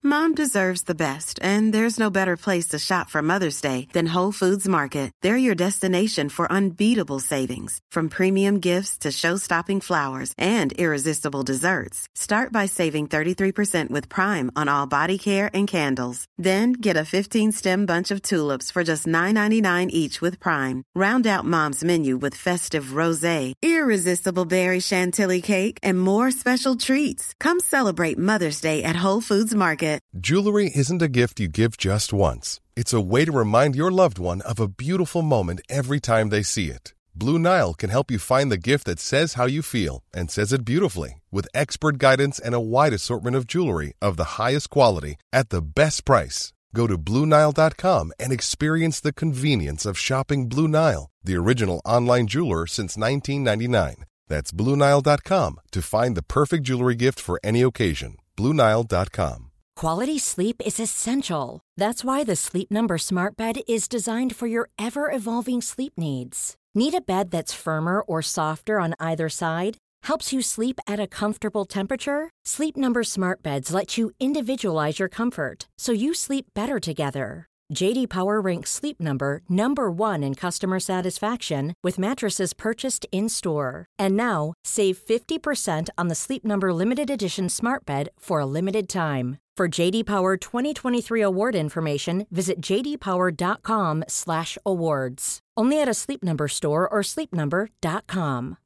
Mom deserves the best, and there's no better place to shop for Mother's Day than Whole Foods Market. They're your destination for unbeatable savings, from premium gifts to show-stopping flowers and irresistible desserts. Start by saving 33% with Prime on all body care and candles. Then get a 15-stem bunch of tulips for just $9.99 each with Prime. Round out Mom's menu with festive rosé, irresistible berry chantilly cake, and more special treats. Come celebrate Mother's Day at Whole Foods Market. Jewelry isn't a gift you give just once. It's a way to remind your loved one of a beautiful moment every time they see it. Blue Nile can help you find the gift that says how you feel and says it beautifully, with expert guidance and a wide assortment of jewelry of the highest quality at the best price. Go to BlueNile.com and experience the convenience of shopping Blue Nile, the original online jeweler since 1999. That's BlueNile.com to find the perfect jewelry gift for any occasion. BlueNile.com. Quality sleep is essential. That's why the Sleep Number Smart Bed is designed for your ever-evolving sleep needs. Need a bed that's firmer or softer on either side? Helps you sleep at a comfortable temperature? Sleep Number Smart Beds let you individualize your comfort, so you sleep better together. J.D. Power ranks Sleep Number #1 in customer satisfaction with mattresses purchased in-store. And now, save 50% on the Sleep Number Limited Edition Smart Bed for a limited time. For J.D. Power 2023 award information, visit jdpower.com/awards. Only at a Sleep Number store or sleepnumber.com.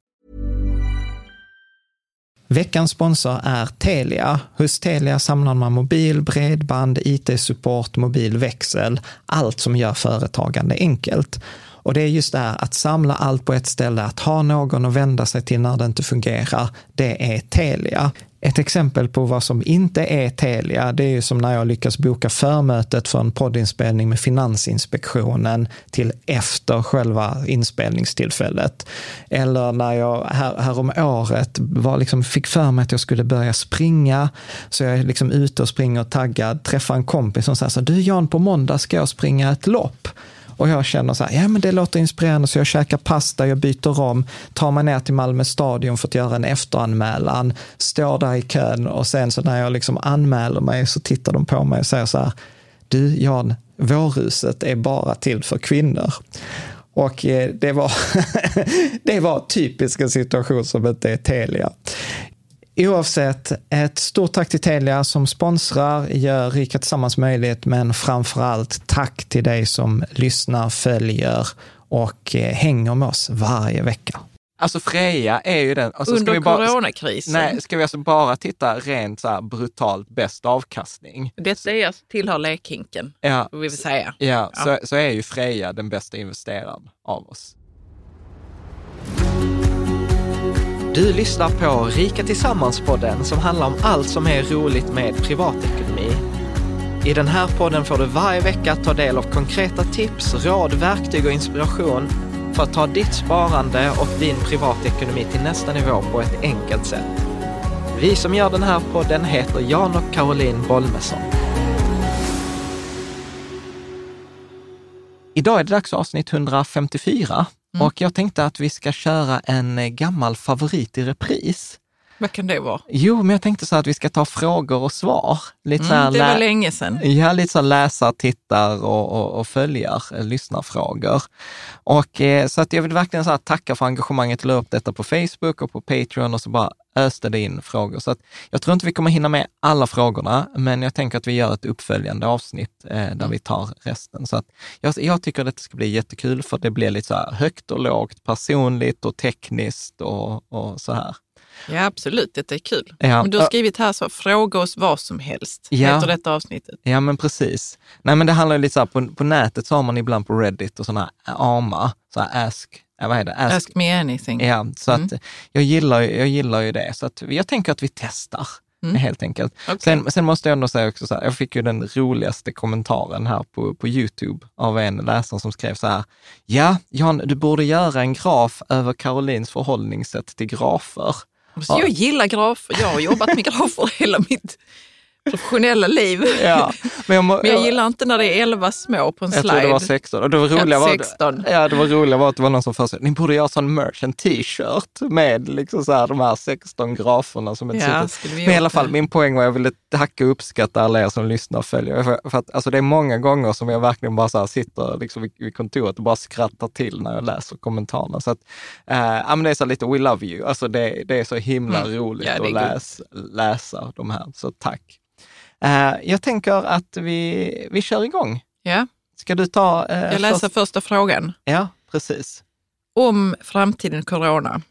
Veckans sponsor är Telia. Hos Telia samlar man mobil, bredband, IT-support, mobilväxel, allt som gör företagande enkelt. Och det är just det här att samla allt på ett ställe, att ha någon att vända sig till när det inte fungerar, det är Telia. Ett exempel på vad som inte är Telia, det är ju som när jag lyckas boka förmötet för en poddinspelning med Finansinspektionen till efter själva inspelningstillfället. Eller när jag här om året fick för mig att jag skulle börja springa, så jag är liksom ute och springer och taggad, träffar en kompis som säger så: du Jan, på måndag ska jag springa ett lopp. Och jag känner så här, ja men det låter inspirerande, så jag käkar pasta, jag byter om, tar mig ner till Malmö stadion för att göra en efteranmälan, står där i kön, och sen så när jag liksom anmäler mig så tittar de på mig och säger så här: du Jan, vårhuset är bara till för kvinnor. Och det var typisk en situation som inte är Telia. Oavsett, ett stort tack till Telia som sponsrar, gör Rika Tillsammans möjligt, men framförallt tack till dig som lyssnar, följer och hänger med oss varje vecka. Alltså Freja är ju den... Alltså, under coronakrisen. Nej, ska vi alltså bara titta rent så här brutalt bäst avkastning? Detta är tillhör lekhinken, vill vi säga. Ja. Så är ju Freja den bästa investeraren av oss. Du lyssnar på Rika Tillsammans-podden som handlar om allt som är roligt med privatekonomi. I den här podden får du varje vecka ta del av konkreta tips, råd, verktyg och inspiration för att ta ditt sparande och din privatekonomi till nästa nivå på ett enkelt sätt. Vi som gör den här podden heter Jan och Caroline Bolmesson. Idag är det dags avsnitt 154. Och jag tänkte att vi ska köra en gammal favorit i repris. Vad kan det vara? Jo, men jag tänkte så att vi ska ta frågor och svar. Lite så här det var länge sedan. Ja, lite så läsar, tittar och följar, lyssnarfrågor. Och så att jag vill verkligen så här tacka för engagemanget, la upp detta på Facebook och på Patreon och så bara öste det in frågor. Så att jag tror inte vi kommer hinna med alla frågorna, men jag tänker att vi gör ett uppföljande avsnitt där vi tar resten. Så att jag tycker att det ska bli jättekul, för det blir lite så här högt och lågt, personligt och tekniskt och så här. Ja, absolut. Det är kul. Ja. Men du har skrivit här så, fråga oss vad som helst. Heter detta avsnittet. Ja, men precis. Nej, men det handlar ju lite så här, på nätet så har man ibland på Reddit och sådana AMA, så här Ask me anything. Ja, så att jag gillar ju det. Så att jag tänker att vi testar, helt enkelt. Okay. Sen måste jag ändå säga också så här, jag fick ju den roligaste kommentaren här på YouTube av en läsare som skrev så här: ja, Jan, du borde göra en graf över Carolines förhållningssätt till grafer. Så jag gillar grafer. Jag har jobbat med grafer hela mitt professionella liv. Ja, Men jag gillar inte när det är 11 små på en slide. Jag tror det var 16. Och det var roliga 16. Det var roliga var att det var någon som först ni borde göra sån merch, en t-shirt med liksom så här, de här 16 graferna som men i alla fall, min poäng var jag ville tacka och uppskatta alla er som lyssnar och följer. För att alltså, det är många gånger som jag verkligen bara så här, sitter liksom vid kontoret och bara skrattar till när jag läser kommentarerna. Så att, men det är så lite we love you. Alltså det är så himla roligt att läsa de här. Så tack. Jag tänker att vi kör igång. Ja. Ska du ta... jag läser första frågan. Ja, precis. Om framtiden corona.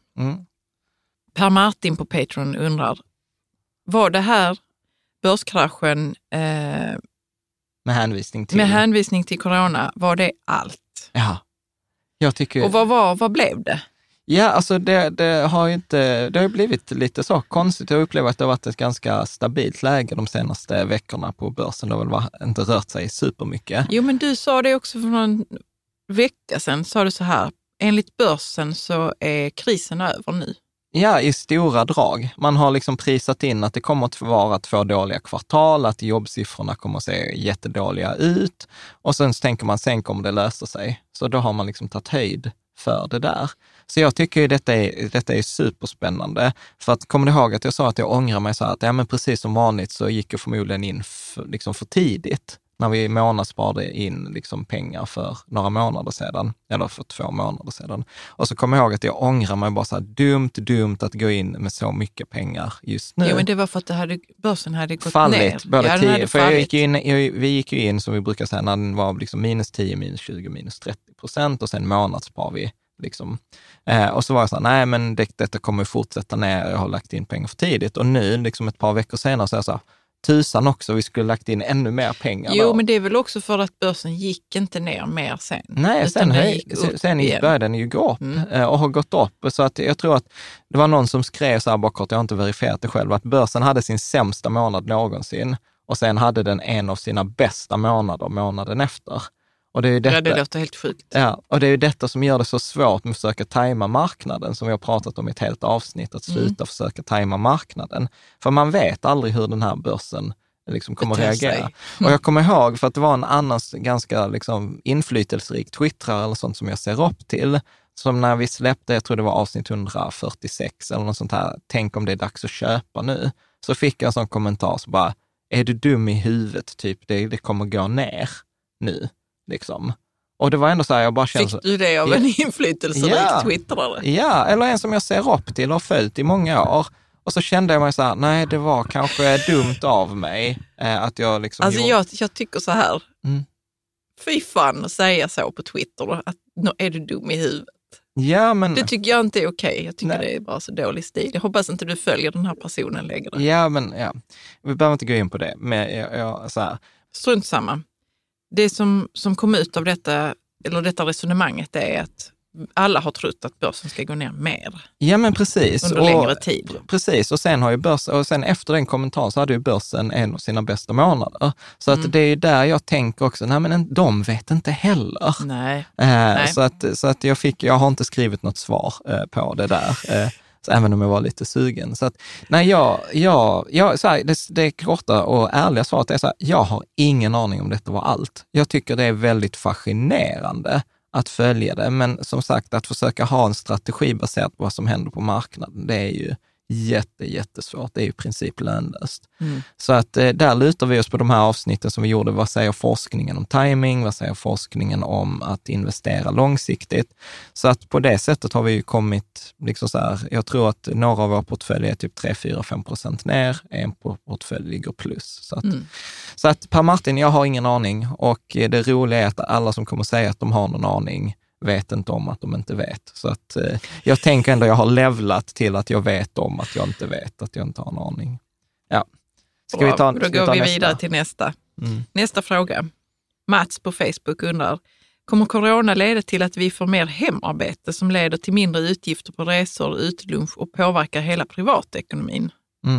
Per Martin på Patreon undrar, var det här börskraschen med hänvisning till corona, var det allt? Ja. Jag tycker... Och vad blev det? Ja, alltså det har ju blivit lite så konstigt. Jag upplever att det har varit ett ganska stabilt läge de senaste veckorna på börsen. Det har väl inte rört sig supermycket. Jo, men du sa det också för någon vecka sedan, sa du så här, enligt börsen så är krisen över nu. Ja, i stora drag. Man har liksom prisat in att det kommer att vara 2 dåliga kvartal, att jobbsiffrorna kommer att se jättedåliga ut och sen tänker man, sen kommer det lösa sig. Så då har man liksom tagit höjd för det där. Så jag tycker ju detta är superspännande. För att, kommer du ihåg att jag sa att jag ångrar mig så att men precis som vanligt så gick jag förmodligen in för tidigt när vi månadssparade in liksom pengar för några månader sedan, eller för 2 månader sedan. Och så kommer jag ihåg att jag ångrar mig bara så här dumt att gå in med så mycket pengar just nu. Ja, men det var för att börsen hade gått fallit, ner. Vi gick ju in som vi brukar säga när den var liksom -10, -20, -30% och sen månadsspar vi liksom. Och så var jag så här, nej men detta kommer fortsätta ner, jag har lagt in pengar för tidigt. Och nu liksom ett par veckor senare så är jag så här, tusan också, vi skulle lagt in ännu mer pengar. Jo, men det är väl också för att börsen gick inte ner mer sen. Nej, sen började den ju gå upp och har gått upp. Så att jag tror att det var någon som skrev så här bakåt, jag har inte verifierat det själv, att börsen hade sin sämsta månad någonsin och sen hade den en av sina bästa månader månaden efter. Och det är ju detta, det låter helt sjukt. Ja, och det är ju detta som gör det så svårt med att försöka tajma marknaden, som vi har pratat om i ett helt avsnitt, att sluta försöka tajma marknaden. För man vet aldrig hur den här börsen liksom kommer att reagera. Och jag kommer ihåg, för att det var en annan ganska liksom inflytelserik twittrare eller sånt som jag ser upp till, som när vi släppte, jag tror det var avsnitt 146 eller något sånt här, tänk om det är dags att köpa nu. Så fick jag en sån kommentar så bara, är du dum i huvudet? Typ, det kommer gå ner nu. Liksom. Och det var ändå så här, jag bara kände... Fick du det av en inflytelserik twittrare? Ja, eller en som jag ser upp till och har följt i många år. Och så kände jag mig så här, nej det var kanske dumt av mig att jag liksom... Alltså jag tycker så här, fy fan att säga så på Twitter då, att är du dum i huvudet? Ja, men... Det tycker jag inte är okej. Jag tycker det är bara så dålig stil. Jag hoppas inte du följer den här personen längre. Ja, men vi behöver inte gå in på det. Men jag så här... Strunt samma. Det som kom ut av detta resonemanget är att alla har trott att börsen ska gå ner mer. Ja, men precis. Under längre tid. Precis, och sen har ju och sen efter den kommentaren så hade ju börsen en av sina bästa månader. Så att det är ju där jag tänker också, nej men de vet inte heller. Nej. Så att jag har inte skrivit något svar på det där. Så även om jag var lite sugen. Så att, nej, så här, det korta och ärliga svaret är så här, jag har ingen aning om detta var allt. Jag tycker det är väldigt fascinerande att följa det, men som sagt, att försöka ha en strategi baserat på vad som händer på marknaden, det är ju jättesvårt. Det är ju i princip lönlöst. Så att där lutar vi oss på de här avsnitten som vi gjorde. Vad säger forskningen om timing? Vad säger forskningen om att investera långsiktigt? Så att på det sättet har vi ju kommit, liksom så här, jag tror att några av våra portföljer är typ 3-4-5% ner, en portfölj ligger plus. Så att Per Martin, jag har ingen aning, och det roliga är att alla som kommer säga att de har någon aning vet inte om att de inte vet. Så att jag tänker ändå jag har levlat till att jag vet om att jag inte vet, att jag inte har en aning. Ja. Då går vi vidare till nästa. Nästa fråga. Mats på Facebook undrar, kommer corona leda till att vi får mer hemarbete som leder till mindre utgifter på resor, utelunch och påverkar hela privatekonomin?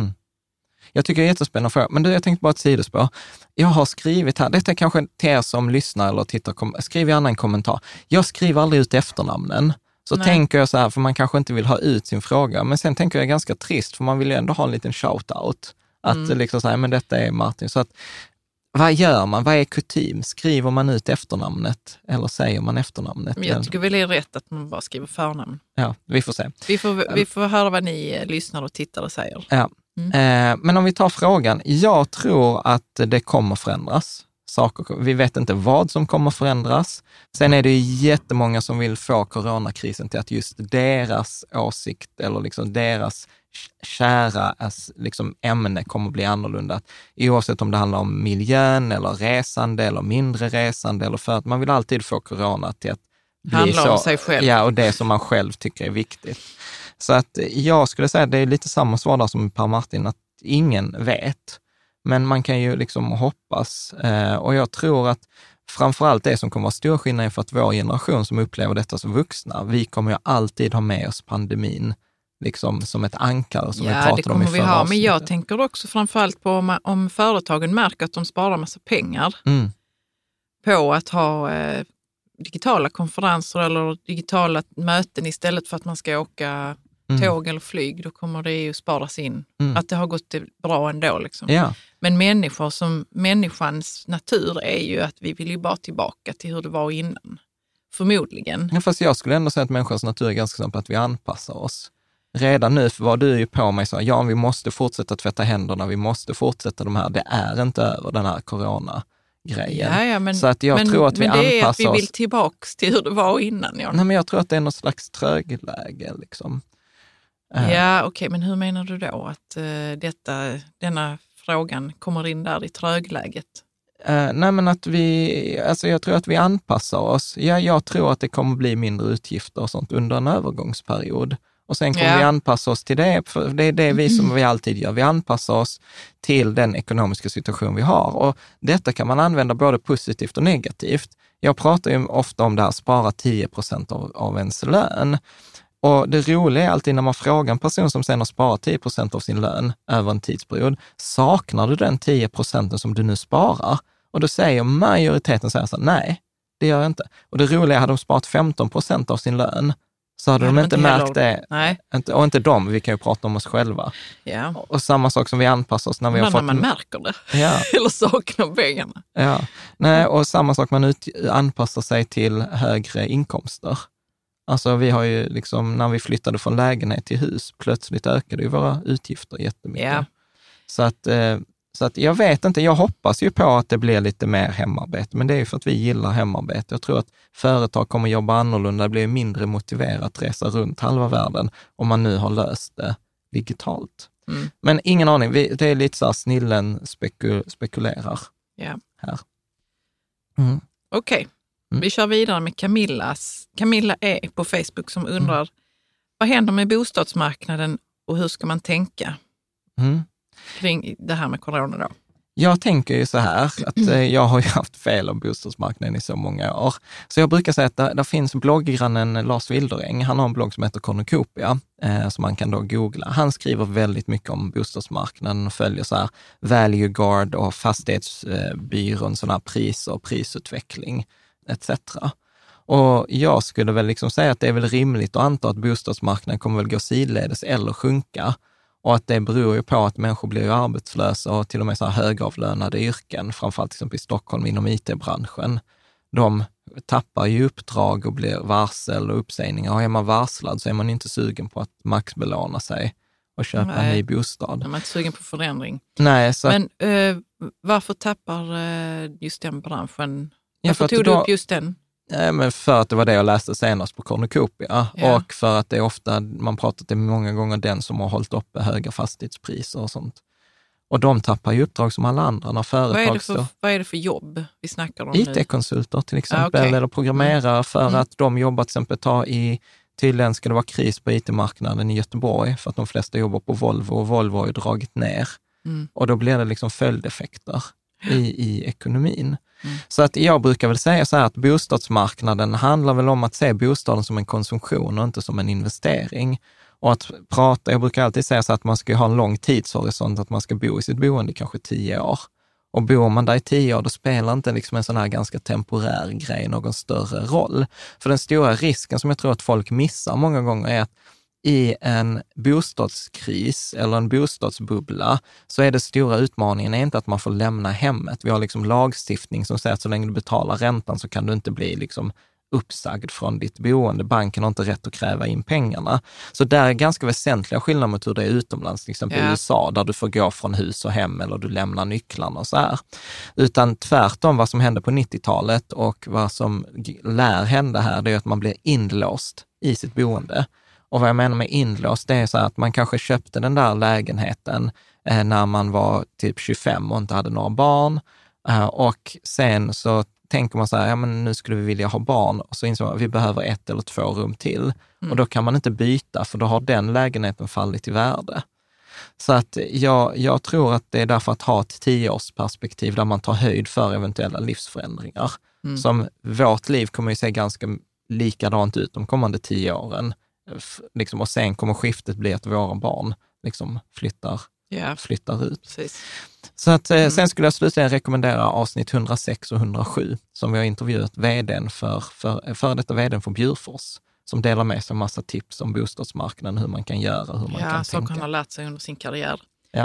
Jag tycker det är jättespännande fråga. Men jag tänkte bara ett sidospår. Jag har skrivit här, detta är kanske till er som lyssnar eller tittar, skriv gärna en kommentar. Jag skriver aldrig ut efternamnen. Så tänker jag så här, för man kanske inte vill ha ut sin fråga. Men sen tänker jag ganska trist, för man vill ju ändå ha en liten shout-out. Att liksom så här, men detta är Martin. Så att vad gör man? Vad är kutym? Skriver man ut efternamnet eller säger man efternamnet? Jag tycker väl det är rätt att man bara skriver förnamn. Ja, vi får se. Vi får höra vad ni lyssnar och tittare säger. Ja. Men om vi tar frågan, jag tror att det kommer förändras. Vi vet inte vad som kommer förändras. Sen är det jättemånga som vill få coronakrisen till att just deras åsikt eller liksom deras kära liksom ämne kommer att bli annorlunda. Oavsett om det handlar om miljön eller resande eller mindre resande eller för att man vill alltid få corona till att bli handla om sig själv. Ja, och det som man själv tycker är viktigt. Så att jag skulle säga att det är lite samma svar där som Per Martin, att ingen vet. Men man kan ju liksom hoppas. Och jag tror att framförallt det som kommer vara stor skillnad är för att vår generation som upplever detta som vuxna, vi kommer ju alltid ha med oss pandemin liksom som ett ankare som vi pratade om i förra avsnittet. Men jag tänker också framförallt på om företagen märker att de sparar massa pengar på att ha digitala konferenser eller digitala möten istället för att man ska åka tåg eller flyg, då kommer det ju sparas in. Att det har gått bra ändå. Liksom. Ja. Men människans natur är ju att vi vill ju bara tillbaka till hur det var innan. Förmodligen. Ja, fast jag skulle ändå säga att människans natur är ganska snabbt att vi anpassar oss. Redan nu var du ju på mig så, ja, vi måste fortsätta tvätta händerna, vi måste fortsätta de här, det är inte över den här corona-grejen. Ja, men, så att jag tror att vi anpassar oss. Men det är att vi vill tillbaka till hur det var innan. Ja. Nej, men jag tror att det är något slags trögläge liksom. Ja, okej, men hur menar du då att denna frågan kommer in där i trögläget? Nej, men att jag tror att vi anpassar oss. Ja, jag tror att det kommer bli mindre utgifter och sånt under en övergångsperiod. Och sen kommer vi anpassa oss till det, för det är det vi alltid gör. Vi anpassar oss till den ekonomiska situation vi har. Och detta kan man använda både positivt och negativt. Jag pratar ju ofta om det här, spara 10% av ens lön. Och det roliga är alltid när man frågar en person som sen har sparat 10% av sin lön över en tidsperiod, saknar du den 10% som du nu sparar? Och då säger majoriteten så här, nej, det gör jag inte. Och det roliga är, hade de sparat 15% av sin lön, så hade de inte märkt det. Nej. Och inte de, vi kan ju prata om oss själva. Ja. Och samma sak som vi anpassar oss när vi har fått... när man märker det. Ja. Eller saknar pengarna. Ja. Nej, och samma sak, man anpassar sig till högre inkomster. Alltså vi har ju liksom, när vi flyttade från lägenhet till hus, plötsligt ökade ju våra utgifter jättemycket. Ja. Så att jag vet inte, jag hoppas ju på att det blir lite mer hemarbete, men det är ju för att vi gillar hemarbete. Jag tror att företag kommer jobba annorlunda, det blir mindre motiverat att resa runt halva världen om man nu har löst det digitalt. Men ingen aning, det är lite så här snillen spekulerar här. Okej. Vi kör vidare med Camilla är på Facebook som undrar, vad händer med bostadsmarknaden och hur ska man tänka kring det här med corona då? Jag tänker ju så här, att jag har ju haft fel om bostadsmarknaden i så många år. Så jag brukar säga att där finns blogggrannen Lars Wilderäng, han har en blogg som heter Cornucopia, som man kan då googla. Han skriver väldigt mycket om bostadsmarknaden och följer så här Value Guard och fastighetsbyrån, sådana här priser och prisutveckling etc. Och jag skulle väl liksom säga att det är väl rimligt att anta att bostadsmarknaden kommer väl gå sidledes eller sjunka. Och att det beror ju på att människor blir ju arbetslösa och till och med så här högavlönade yrken, framförallt till exempel i Stockholm inom IT-branschen. De tappar ju uppdrag och blir varsel och uppsägningar. Och är man varslad så är man inte sugen på att maxbelåna sig och köpa en ny bostad. Man är inte sugen på förändring. Nej, så men varför tappar just den branschen? Ja, varför tog du upp just den? Men för att det var det jag läste senast på Cornucopia och för att det är ofta, man pratat det många gånger, den som har hållit uppe höga fastighetspriser och sånt. Och de tappar ju uppdrag som alla andra när företag vad är det för jobb vi snackar om? IT-konsulter till exempel, eller programmerare för att de jobbar till exempel tydligen ska det vara kris på IT-marknaden i Göteborg för att de flesta jobbar på Volvo och Volvo har ju dragit ner. Och då blir det liksom följdeffekter i ekonomin. Så att jag brukar väl säga så här att bostadsmarknaden handlar väl om att se bostaden som en konsumtion och inte som en investering. Och att jag brukar alltid säga så att man ska ha en lång tidshorisont, att man ska bo i sitt boende kanske 10 år. Och bor man där i 10 år, då spelar inte liksom en sån här ganska temporär grej någon större roll. För den stora risken som jag tror att folk missar många gånger är att i en bostadskris eller en bostadsbubbla så är det stora utmaningen inte att man får lämna hemmet. Vi har liksom lagstiftning som säger att så länge du betalar räntan så kan du inte bli liksom uppsagd från ditt boende. Banken har inte rätt att kräva in pengarna. Så där är ganska väsentliga skillnader mot hur det är utomlands, till exempel i USA, där du får gå från hus och hem eller du lämnar nycklarna och så här. Utan tvärtom vad som hände på 90-talet och vad som lär hända här, det är att man blir inlåst i sitt boende. Och vad jag menar med inlåst, det är så att man kanske köpte den där lägenheten när man var typ 25 och inte hade några barn. Och sen så tänker man så här, ja men nu skulle vi vilja ha barn, och så inser man att vi behöver 1 eller 2 rum till. Och då kan man inte byta, för då har den lägenheten fallit i värde. Så att jag tror att det är därför att ha ett 10-årsperspektiv där man tar höjd för eventuella livsförändringar. Som vårt liv kommer ju se ganska likadant ut de kommande 10 åren. Liksom, och sen kommer skiftet bli att våra barn liksom flyttar ut. Precis. Så att sen skulle jag slutligen rekommendera avsnitt 106 och 107 som vi har intervjuat vdn för detta vdn för Bjurfors, som delar med sig en massa tips om bostadsmarknaden, hur man kan göra, hur man kan tänka. Som han har lärt sig under sin karriär.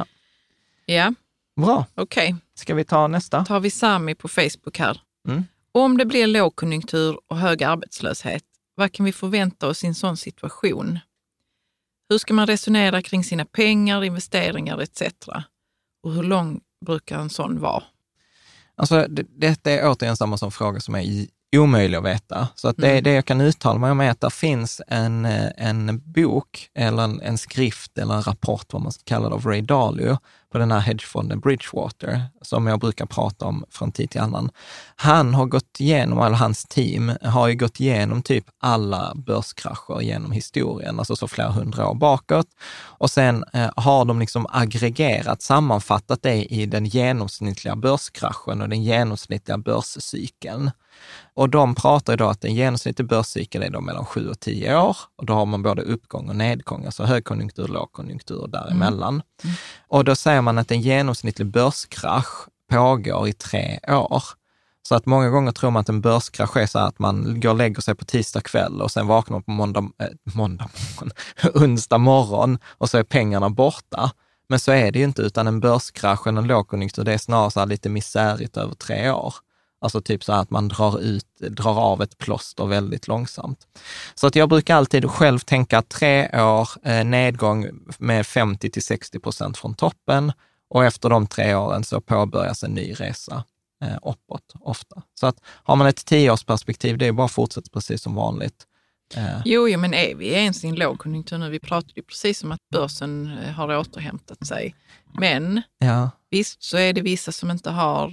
Ja. Bra. Okej. Ska vi ta nästa? Tar vi Sami på Facebook här. Om det blir lågkonjunktur och hög arbetslöshet, vad kan vi förvänta oss i en sån situation? Hur ska man resonera kring sina pengar, investeringar etc.? Och hur lång brukar en sån vara? Alltså det är återigen samma som fråga som är omöjlig att veta. Så att det jag kan uttala mig om är att det finns en bok eller en skrift eller en rapport, vad man ska kalla det, av Ray Dalio på den här hedgefonden Bridgewater, som jag brukar prata om från tid till annan. Han har gått igenom, eller hans team har ju gått igenom typ alla börskrascher genom historien, alltså så flera 100 år bakåt. Och sen har de liksom aggregerat, sammanfattat det i den genomsnittliga börskraschen och den genomsnittliga börscykeln. Och de pratar idag att en genomsnittlig börscykel är då mellan 7 och 10 år. Och då har man både uppgång och nedgång, alltså högkonjunktur, lågkonjunktur och däremellan. Och då säger man att en genomsnittlig börskrasch pågår i 3 år. Så att många gånger tror man att en börskrasch är så att man går och lägger sig på tisdag kväll och sen vaknar på onsdag morgon och så är pengarna borta. Men så är det ju inte, utan en börskrasch och en lågkonjunktur, det är snarare så här lite misärigt över 3 år. Alltså typ så att man drar av ett plåster väldigt långsamt. Så att jag brukar alltid själv tänka 3 år nedgång med 50-60% från toppen, och efter de 3 åren så påbörjas en ny resa uppåt ofta. Så att har man ett 10-årsperspektiv, det är bara att fortsätta precis som vanligt. Jo, men är vi ens i en lågkonjunktur nu? Vi pratade ju precis om att börsen har återhämtat sig. Men visst så är det vissa som inte har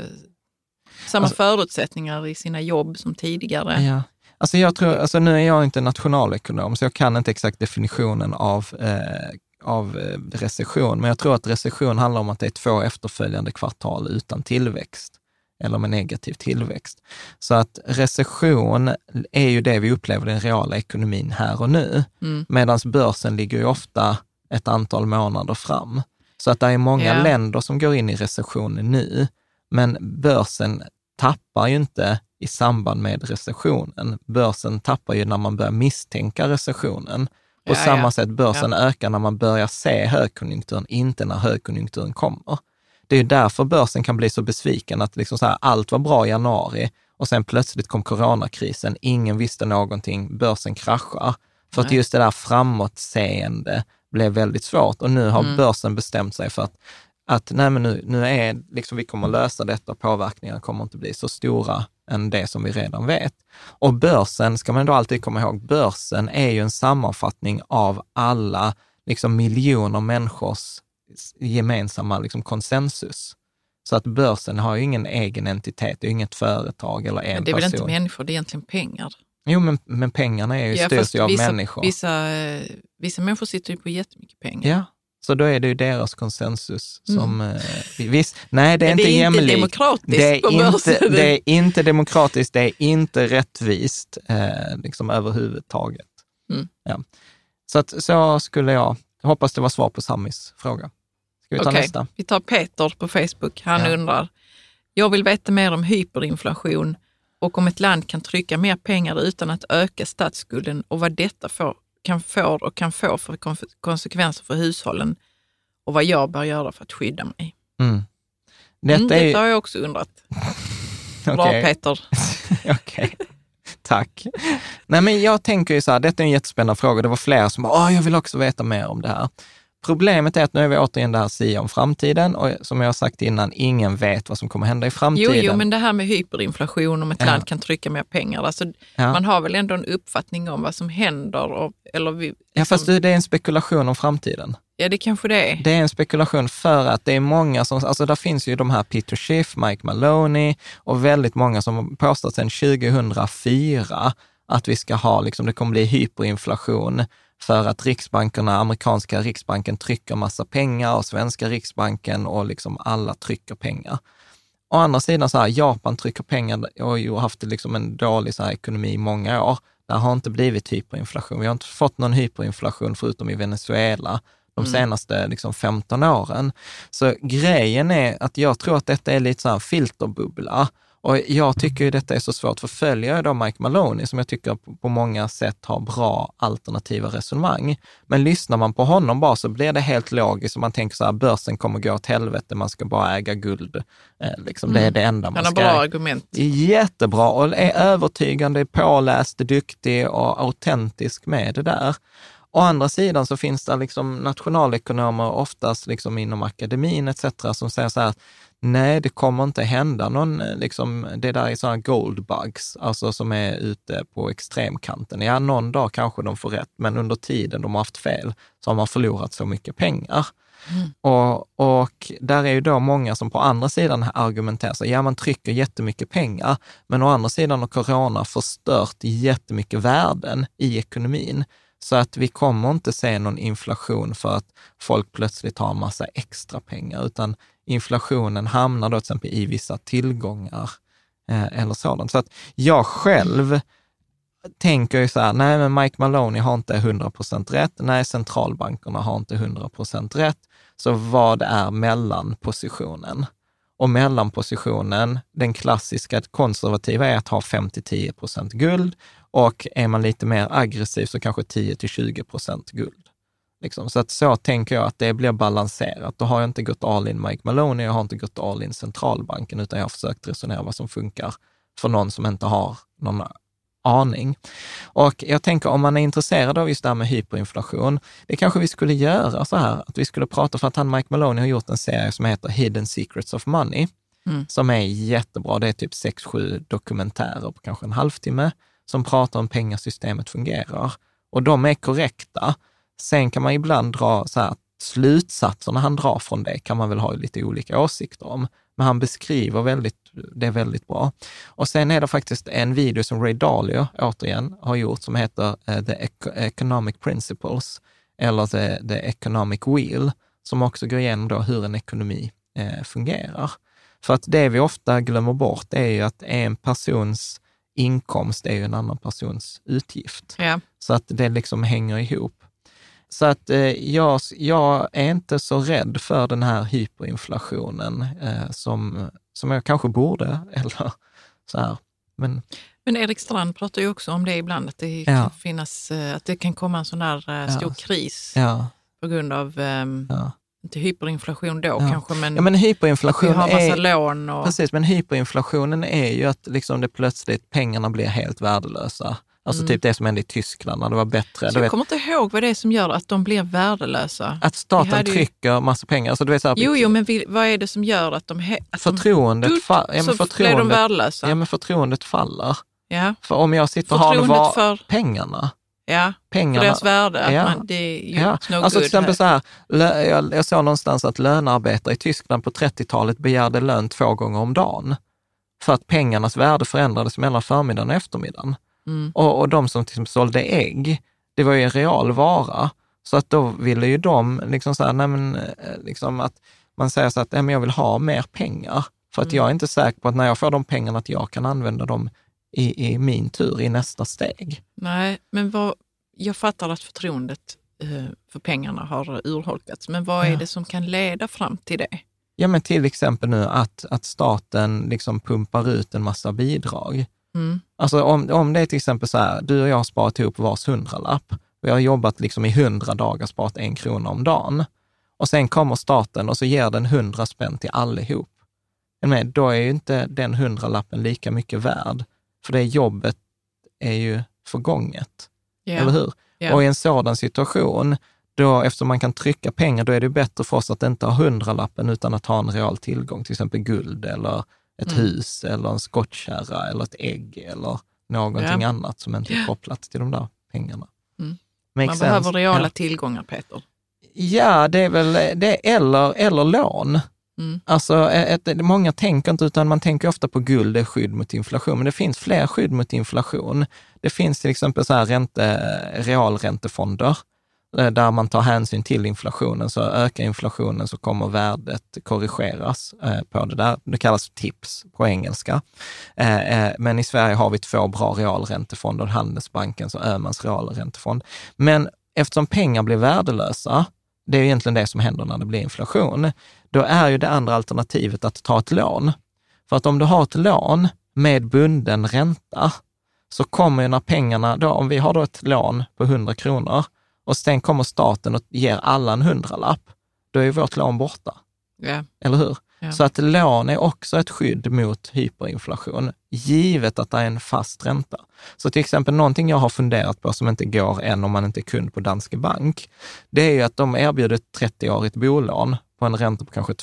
samma förutsättningar i sina jobb som tidigare. Ja. Alltså jag tror, alltså nu är jag inte nationalekonom så jag kan inte exakt definitionen av recession, men jag tror att recession handlar om att det är 2 efterföljande kvartal utan tillväxt eller med negativ tillväxt. Så att recession är ju det vi upplever i den reala ekonomin här och nu, medan börsen ligger ju ofta ett antal månader fram. Så att det är många länder som går in i recessionen nu, men börsen tappar ju inte i samband med recessionen. Börsen tappar ju när man börjar misstänka recessionen. På samma sätt börsen ökar när man börjar se högkonjunkturen, inte när högkonjunkturen kommer. Det är ju därför börsen kan bli så besviken att liksom så här, allt var bra i januari och sen plötsligt kom coronakrisen, ingen visste någonting, börsen kraschar. För att just det där framåtseende blev väldigt svårt, och nu har börsen bestämt sig för att nej, men nu är liksom, vi kommer lösa detta och påverkningarna kommer inte bli så stora än det som vi redan vet. Och börsen, ska man då alltid komma ihåg, börsen är ju en sammanfattning av alla liksom miljoner människors gemensamma liksom konsensus. Så att börsen har ju ingen egen entitet, det är inget företag eller en person. Det är väl inte människor, det är egentligen pengar. Jo, men pengarna är ju styrs av människor. Vissa människor sitter ju på jättemycket pengar. Ja. Så då är det ju deras konsensus som... Nej, det är inte jämlikt. Det är inte demokratiskt det är inte demokratiskt, det är inte rättvist liksom överhuvudtaget. Ja. Så skulle jag hoppas det var svar på Samis fråga. Ska vi ta nästa? Vi tar Peter på Facebook. Han undrar, jag vill veta mer om hyperinflation och om ett land kan trycka mer pengar utan att öka statsskulden och vad detta får kan få för konsekvenser för hushållen och vad jag bör göra för att skydda mig. Detta har jag också undrat. Bra, Peter. Okej. Tack. Nej, men jag tänker ju så här, detta är en jättespännande fråga. Det var flera som bara, jag vill också veta mer om det här. Problemet är att nu är vi återigen där sia om framtiden och som jag har sagt innan, ingen vet vad som kommer hända i framtiden. Jo, men det här med hyperinflation, om ett land kan trycka mer pengar, alltså, man har väl ändå en uppfattning om vad som händer. Fast det är en spekulation om framtiden. Ja, det kanske det är. Det är en spekulation för att det är många som, alltså där finns ju de här Peter Schiff, Mike Maloney och väldigt många som påstått sedan 2004 att vi ska ha, liksom, det kommer bli hyperinflation för att amerikanska riksbanken trycker massa pengar och svenska riksbanken och liksom alla trycker pengar. Å andra sidan så här, Japan trycker pengar och har haft liksom en dålig så här ekonomi i många år. Det har inte blivit hyperinflation. Vi har inte fått någon hyperinflation förutom i Venezuela de senaste liksom 15 åren. Så grejen är att jag tror att detta är lite så här filterbubbla. Och jag tycker ju detta är så svårt, för följer jag då Mike Maloney som jag tycker på många sätt har bra alternativa resonemang. Men lyssnar man på honom bara så blir det helt logiskt och man tänker så här, börsen kommer gå åt helvete, man ska bara äga guld. Liksom, det är det enda man ska. Han har bra argument. Jättebra och är övertygande, påläst, duktig och autentisk med det där. Å andra sidan så finns det liksom nationalekonomer oftast liksom inom akademin etc. som säger så här, nej, det kommer inte hända någon, liksom, det där är sådana gold bugs, alltså som är ute på extremkanten. Ja, någon dag kanske de får rätt, men under tiden de har haft fel så har man förlorat så mycket pengar. Och där är ju då många som på andra sidan argumenterar så, ja, man trycker jättemycket pengar, men å andra sidan har corona förstört jättemycket värden i ekonomin. Så att vi kommer inte se någon inflation för att folk plötsligt har en massa extra pengar, utan inflationen hamnar då till exempel i vissa tillgångar eller sådant. Så att jag själv tänker ju så här, nej, men Mike Maloney har inte 100% rätt, nej, centralbankerna har inte 100% rätt, så vad är mellanpositionen? Och mellanpositionen, den klassiska konservativa är att ha 5-10% guld, och är man lite mer aggressiv så kanske 10-20% guld. Liksom. Så att så tänker jag att det blir balanserat. Då har jag inte gått all in Mike Maloney, jag har inte gått all in centralbanken, utan jag har försökt resonera vad som funkar för någon som inte har någon aning. Och jag tänker, om man är intresserad av just det här med hyperinflation, det kanske vi skulle göra så här, att vi skulle prata, för att Mike Maloney har gjort en serie som heter Hidden Secrets of Money, som är jättebra. Det är typ 6-7 dokumentärer på kanske en halvtimme som pratar om pengasystemet fungerar. Och de är korrekta. Sen kan man ibland dra så här, slutsatserna han drar från det kan man väl ha lite olika åsikter om. Men han beskriver det väldigt bra. Och sen är det faktiskt en video som Ray Dalio återigen har gjort som heter The Economic Principles eller The Economic Wheel, som också går igenom då hur en ekonomi fungerar. För att det vi ofta glömmer bort är ju att en persons inkomst är ju en annan persons utgift. Ja. Så att det liksom hänger ihop. Så att jag är inte så rädd för den här hyperinflationen som jag kanske borde. Eller så här. Men Erik Strand pratar ju också om det ibland, att det kan finnas, att det kan komma en sån där stor kris på grund av inte hyperinflation då kanske, men hyperinflation har massa lån. Precis, men hyperinflationen är ju att liksom det plötsligt pengarna blir helt värdelösa. Alltså typ det som hände i Tyskland när det var bättre. Så jag kommer inte ihåg vad det är som gör att de blir värdelösa. Att staten trycker massa pengar. Alltså, du vet, så här, jo, men vad är det som gör att förtroendet faller? De värdelösa. Ja, men förtroendet faller. Ja. För om jag sitter och har för pengarna. Ja, pengarna, för deras värde. Ja. Det är ju alltså till exempel så här, jag såg någonstans att lönearbetare i Tyskland på 30-talet begärde lön 2 gånger om dagen. För att pengarnas värde förändrades mellan förmiddagen och eftermiddagen. Och de som till exempel sålde ägg, det var ju en real vara. Så att då ville ju de liksom så här, nej men, liksom att man säger så att jag vill ha mer pengar. För att jag är inte säker på att när jag får de pengarna att jag kan använda dem i min tur i nästa steg. Nej, men jag fattar att förtroendet för pengarna har urholkats. Men vad är det som kan leda fram till det? Ja, men till exempel nu att staten liksom pumpar ut en massa bidrag. Alltså om det är till exempel så här, du och jag har sparat ihop vars 100-lapp. och jag har jobbat liksom i 100 dagar, sparat 1 krona om dagen. Och sen kommer staten och så ger den 100 spänn till allihop. Men då är ju inte den 100-lappen lika mycket värd. För det jobbet är ju förgånget. Yeah. Eller hur? Yeah. Och i en sådan situation, då, eftersom man kan trycka pengar, då är det bättre för oss att inte ha 100-lappen utan att ha en real tillgång. Till exempel guld eller ett hus eller en skottkärra eller ett ägg eller någonting annat som inte är kopplat till de där pengarna. Man behöver reala tillgångar, Peter. Ja, det är väl det eller lån. Alltså, många tänker inte, utan man tänker ofta på guld, det är skydd mot inflation. Men det finns fler skydd mot inflation. Det finns till exempel så här realräntefonder där man tar hänsyn till inflationen. Så ökar inflationen så kommer värdet korrigeras på det där. Det kallas TIPS på engelska. Men i Sverige har vi 2 bra realräntefonder, Handelsbankens och Öhmans realräntefond. Men eftersom pengar blir värdelösa, det är egentligen det som händer när det blir inflation, då är ju det andra alternativet att ta ett lån. För att om du har ett lån med bunden ränta, så kommer ju när pengarna, då, om vi har då ett lån på 100 kronor och sen kommer staten och ger alla en 100-lapp, då är ju vårt lån borta. Yeah. Eller hur? Yeah. Så att lån är också ett skydd mot hyperinflation, givet att det är en fast ränta. Så till exempel någonting jag har funderat på som inte går än om man inte är kund på Danske Bank, det är ju att de erbjuder ett 30-årigt bolån på en ränta på kanske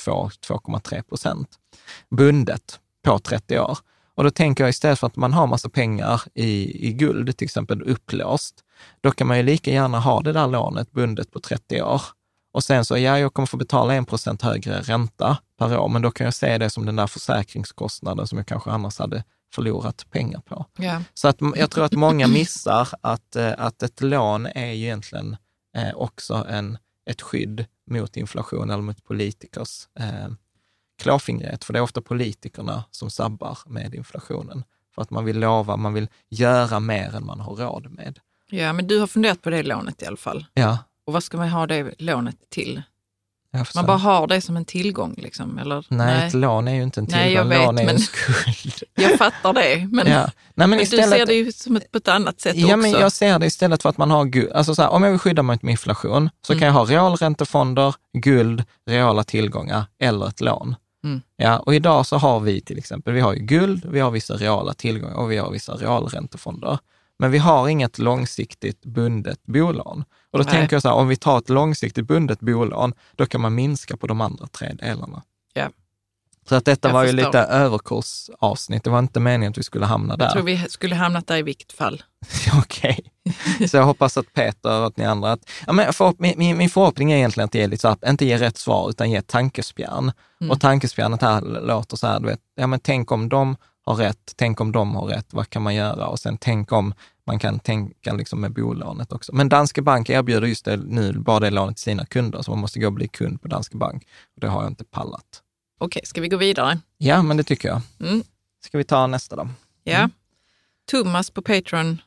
2,3% bundet på 30 år. Och då tänker jag, istället för att man har massa pengar i guld, till exempel upplåst, då kan man ju lika gärna ha det där lånet bundet på 30 år. Och sen så, jag kommer få betala 1% högre ränta per år, men då kan jag se det som den där försäkringskostnaden som jag kanske annars hade förlorat pengar på. Yeah. Så att jag tror att många missar att ett lån är ju egentligen också ett skydd mot inflation eller mot politikers klåfingrighet. För det är ofta politikerna som sabbar med inflationen. För att man vill göra mer än man har råd med. Ja, men du har funderat på det lånet i alla fall. Ja. Och vad ska man ha det lånet till? Man bara har det som en tillgång liksom, eller? Nej, ett lån är ju inte en tillgång. Nej, jag vet, lån är en skuld. Jag fattar det, men, ja. Nej, men istället, du ser det ju som på ett annat sätt också. Ja, men jag ser det istället för att man har guld. Alltså så här, om jag vill skydda mig mot inflation så kan jag ha realräntefonder, guld, reala tillgångar eller ett lån. Ja, och idag så har vi till exempel, vi har ju guld, vi har vissa reala tillgångar och vi har vissa realräntefonder. Men vi har inget långsiktigt bundet bolån. Och då tänker jag så här, om vi tar ett långsiktigt bundet bolån, då kan man minska på de andra 3 delarna. Ja. Så att detta var ju lite överkursavsnitt. Det var inte meningen att vi skulle hamna där. Jag tror vi skulle hamnat där i vilket fall. Okej. Så jag hoppas att Peter och att ni andra... min förhoppning är egentligen att ge lite så att inte ge rätt svar utan ge tankespjärn. Och tankespjärnet här låter så här, du vet, men tänk om de har rätt, tänk om de har rätt, vad kan man göra? Och sen tänk om man kan tänka liksom med bolånet också. Men Danske Bank erbjuder just det nu, bara det lånet till sina kunder, så man måste gå och bli kund på Danske Bank. Och det har jag inte pallat. Okej, ska vi gå vidare? Ja, men det tycker jag. Ska vi ta nästa då? Ja. Thomas på Patreon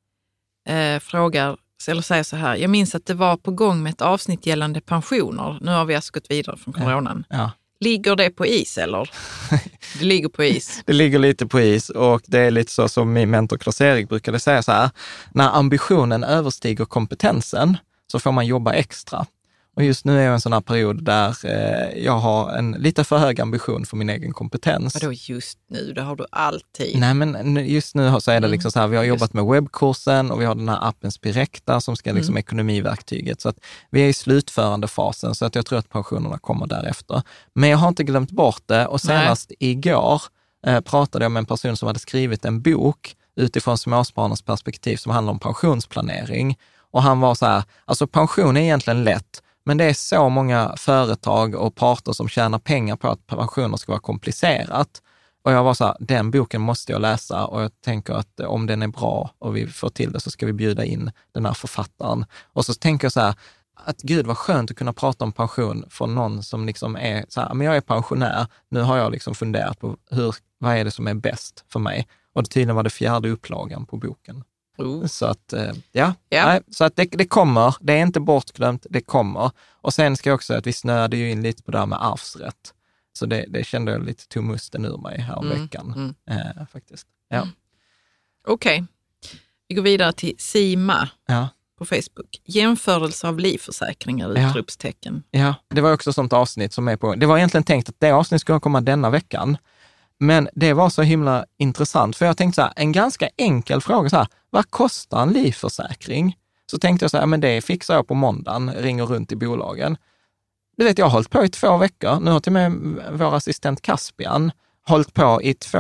frågar, eller säger så här: jag minns att det var på gång med ett avsnitt gällande pensioner. Nu har vi alltså gått vidare från coronan. Ja. Ligger det på is eller? Det ligger på is. Det ligger lite på is och det är lite så som min mentor Claes-Erik brukade säga så här: när ambitionen överstiger kompetensen så får man jobba extra. Och just nu är jag i en sån här period där jag har en lite för hög ambition för min egen kompetens. Vadå just nu? Det har du alltid. Nej, men just nu så är det liksom så här, vi har jobbat med webbkursen och vi har den här appen Spirecta som ska liksom ekonomiverktyget. Så att vi är i slutförande fasen, så att jag tror att pensionerna kommer därefter. Men jag har inte glömt bort det, och senast igår pratade jag med en person som hade skrivit en bok utifrån småspararnas perspektiv som handlar om pensionsplanering. Och han var så här, alltså pension är egentligen lätt, men det är så många företag och parter som tjänar pengar på att pensioner ska vara komplicerat. Och jag var så här, den boken måste jag läsa, och jag tänker att om den är bra och vi får till det så ska vi bjuda in den här författaren. Och så tänker jag så här, att gud vad skönt att kunna prata om pension för någon som liksom är så här, men jag är pensionär, nu har jag liksom funderat på vad är det som är bäst för mig. Och det tydligen var det 4:e upplagan på boken. Så att, nej, så att det kommer, det är inte bortglömt, det kommer. Och sen ska jag också säga att vi snöade ju in lite på det här med arvsrätt. Så det kände jag lite tog musten ur mig här om veckan, faktiskt. Ja. Okej. Vi går vidare till Sima. Ja. på Facebook. Jämförelse av livförsäkringar, utropstecken. Ja, det var också ett sånt avsnitt som är på. Det var egentligen tänkt att det avsnitt skulle komma denna veckan. Men det var så himla intressant. För jag tänkte så här, en ganska enkel fråga så här. Vad kostar en livförsäkring? Så tänkte jag så här, men det fixar jag på måndagen. Ringer runt i bolagen. Du vet, jag har hållit på i 2 veckor. Nu har till och med vår assistent Caspian hållit på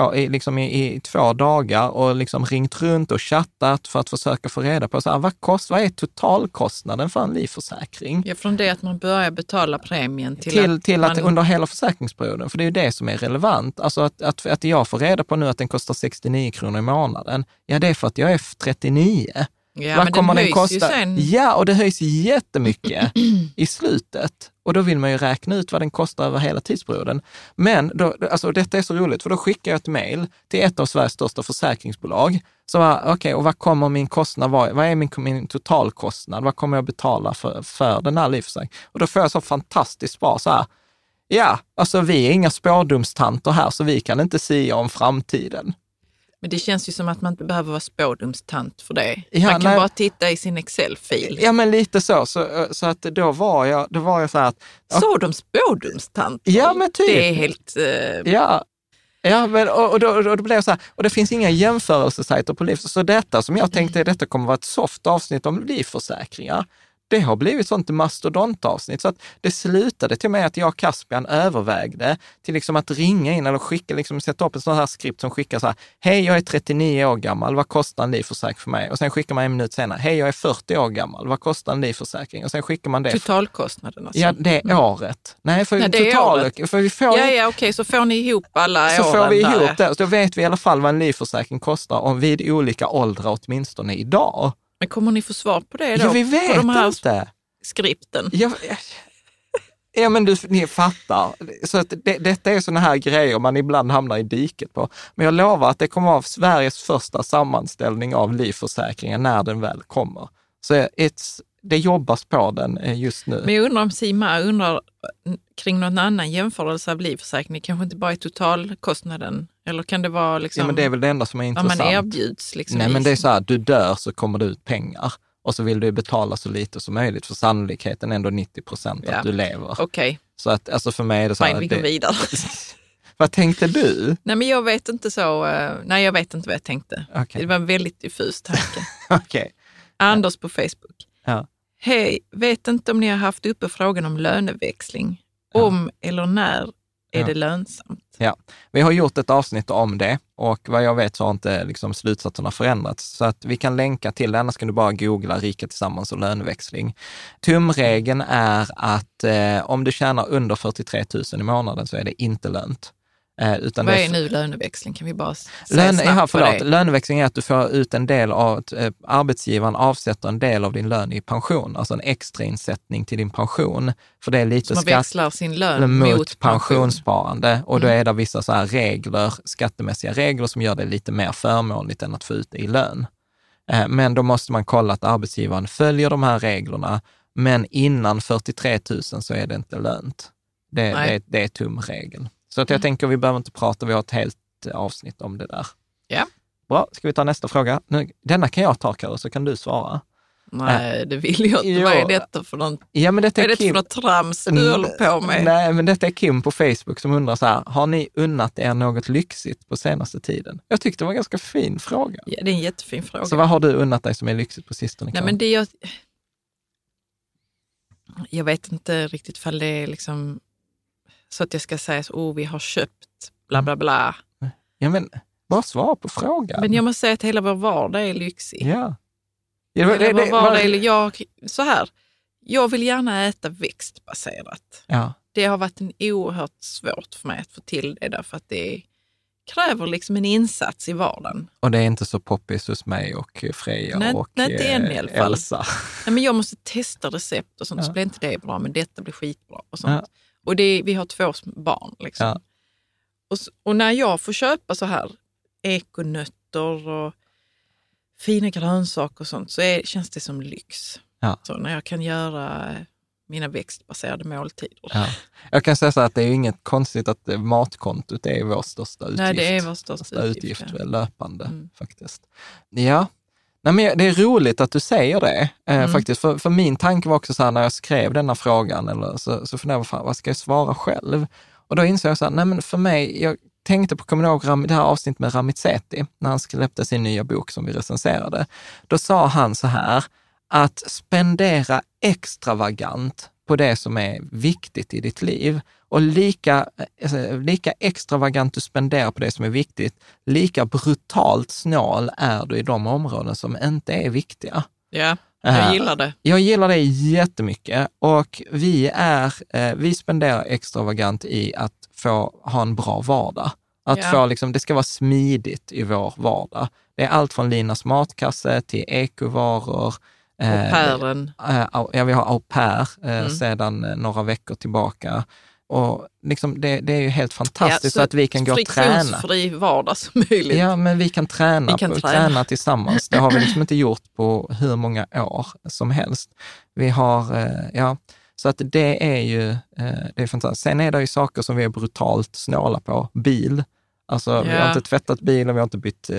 i 2 dagar och liksom ringt runt och chattat för att försöka få reda på så här, vad är totalkostnaden för en livförsäkring? Ja, från det att man börjar betala premien till att under hela försäkringsperioden, för det är ju det som är relevant. Alltså att jag får reda på nu att den kostar 69 kronor i månaden, ja det är för att jag är 39. Ja, vad men kommer den kosta? Ju sen. Ja, och det höjs jättemycket i slutet. Och då vill man ju räkna ut vad den kostar över hela tidsperioden. Men då, alltså, detta är så roligt, för då skickar jag ett mejl till ett av Sveriges största försäkringsbolag. Så okej, och vad kommer min kostnad vara? Vad är min totalkostnad? Vad kommer jag betala för den här livförsäkringen? Och då får jag så fantastiskt svar så här. Ja, alltså vi är inga spårdomstanter här, så vi kan inte säga om framtiden. Men det känns ju som att man inte behöver vara spådomstant för det. Ja, man kan bara titta i sin Excel-fil. Ja, men lite så att då var jag så här att... Så de spådomstanter? Ja, men typ. Det är helt... Ja, men och då blev det så här, och det finns inga jämförelsesajter på så detta som jag tänkte, detta kommer vara ett soft avsnitt om livförsäkringar. Det har blivit sånt mastodontavsnitt så att det slutade till mig att jag och Caspian övervägde till liksom att ringa in eller skicka, liksom sätta upp en sån här skript som skickar så här: hej, jag är 39 år gammal, vad kostar en livförsäkring för mig? Och sen skickar man 1 minut senare: hej, jag är 40 år gammal, vad kostar en livförsäkring? Och sen skickar man det. Totalkostnaden alltså? Ja, det är året. Nej, för året. För vi får okej, så får ni ihop alla åren. Så får vi ihop det. Så då vet vi i alla fall vad en livförsäkring kostar om vid olika åldrar, åtminstone idag. Men kommer ni få svar på det då? Ja, vi vet på de här inte. Skripten? Ja, men ni fattar. Så att detta är såna här grejer man ibland hamnar i diket på. Men jag lovar att det kommer vara Sveriges första sammanställning av livförsäkringar när den väl kommer. Så det jobbas på den just nu. Men jag undrar om Sima undrar kring någon annan jämförelse av livförsäkring. Kanske inte bara i totalkostnaden. Eller kan det vara liksom... Ja, men det är väl det enda som är intressant. Vad man erbjuds liksom. Nej, men det är så här, du dör så kommer det ut pengar. Och så vill du betala så lite som möjligt, för sannolikheten är ändå 90% att du lever. Okej. Okay. Så att, alltså för mig är det så här... Vi går vidare. Vad tänkte du? Nej, men jag vet inte så... Nej, jag vet inte vad jag tänkte. Okay. Det var en väldigt diffus tanke. Okay. Anders på Facebook. Ja. Hej, vet inte om ni har haft uppe frågan om löneväxling. Om eller när är det lönsamt? Ja, vi har gjort ett avsnitt om det och vad jag vet så har inte liksom slutsatserna förändrats. Så att vi kan länka till det, annars kan du bara googla Rika Tillsammans och löneväxling. Tumregeln är att om du tjänar under 43 000 i månaden så är det inte lönt. Vad är nu löneväxling? Kan vi bara säga snabbt på det? Löneväxling är att du får ut en del av, arbetsgivaren avsätter en del av din lön i pension, alltså en extra insättning till din pension. För det är lite så man växlar sin lön mot pensionssparande och då är det vissa så här regler, skattemässiga regler som gör det lite mer förmånligt än att få ut det i lön. Men då måste man kolla att arbetsgivaren följer de här reglerna, men innan 43 000 så är det inte lönt. Det är tumregeln. Så att jag tänker vi behöver inte prata, vi har ett helt avsnitt om det där. Ja. Bra, ska vi ta nästa fråga? Denna kan jag ta, Karo, så kan du svara. Nej, det vill jag inte. Vad är detta för någon, ja, men detta är det för något trams du håller på med? Nej, men detta är Kim på Facebook som undrar så här: har ni unnat er något lyxigt på senaste tiden? Jag tyckte det var en ganska fin fråga. Ja, det är en jättefin fråga. Så vad har du unnat dig som är lyxigt på sistone? Nej, men det jag vet inte riktigt ifall det är liksom så att jag ska säga så, vi har köpt bla bla bla. Ja, men bara svara på frågan. Men jag måste säga att hela vår vardag är lyxig. Ja. Jag vill gärna äta växtbaserat. Ja. Det har varit en oerhört svårt för mig att få till det, därför att det kräver liksom en insats i vardagen. Och det är inte så poppis hos mig och Freja och inte än i alla fall. Elsa. Nej, men jag måste testa recept och sånt, så blir inte det bra, men detta blir skitbra och sånt. Ja. Och vi har 2 barn liksom. Ja. Och när jag får köpa så här ekonötter och fina grönsaker och sånt, så känns det som lyx. Ja. Så när jag kan göra mina växtbaserade måltider. Ja. Jag kan säga så att det är ju inget konstigt att matkontot är vår största utgift. Nej, det är vår största utgift löpande faktiskt. Ja, Nej, men det är roligt att du säger det faktiskt. För min tanke var också så här när jag skrev denna frågan, eller så funderade jag, vad ska jag svara själv? Och då insåg jag så här, nej men för mig, jag tänkte på, kommer du ihåg det här avsnittet med Ramit Sethi, när han släppte sin nya bok som vi recenserade. Då sa han så här, att spendera extravagant på det som är viktigt i ditt liv. Och lika extravagant du spenderar på det som är viktigt, lika brutalt snål är du i de områden som inte är viktiga. Ja, jag gillar det. Jag gillar det jättemycket, och vi spenderar extravagant i att få ha en bra vardag. Att få det ska vara smidigt i vår vardag. Det är allt från Linas matkasse till ekovaror. Au pairen. Vi har au pair sedan några veckor tillbaka. Och det är ju helt fantastiskt att vi kan gå och träna. Friktionsfri vardag som möjligt. Ja, men vi kan träna tillsammans. Det har vi inte gjort på hur många år som helst. Vi har, så att det är fantastiskt. Sen är det ju saker som vi är brutalt snåla på. Bil. Alltså vi har inte tvättat bilen, vi har inte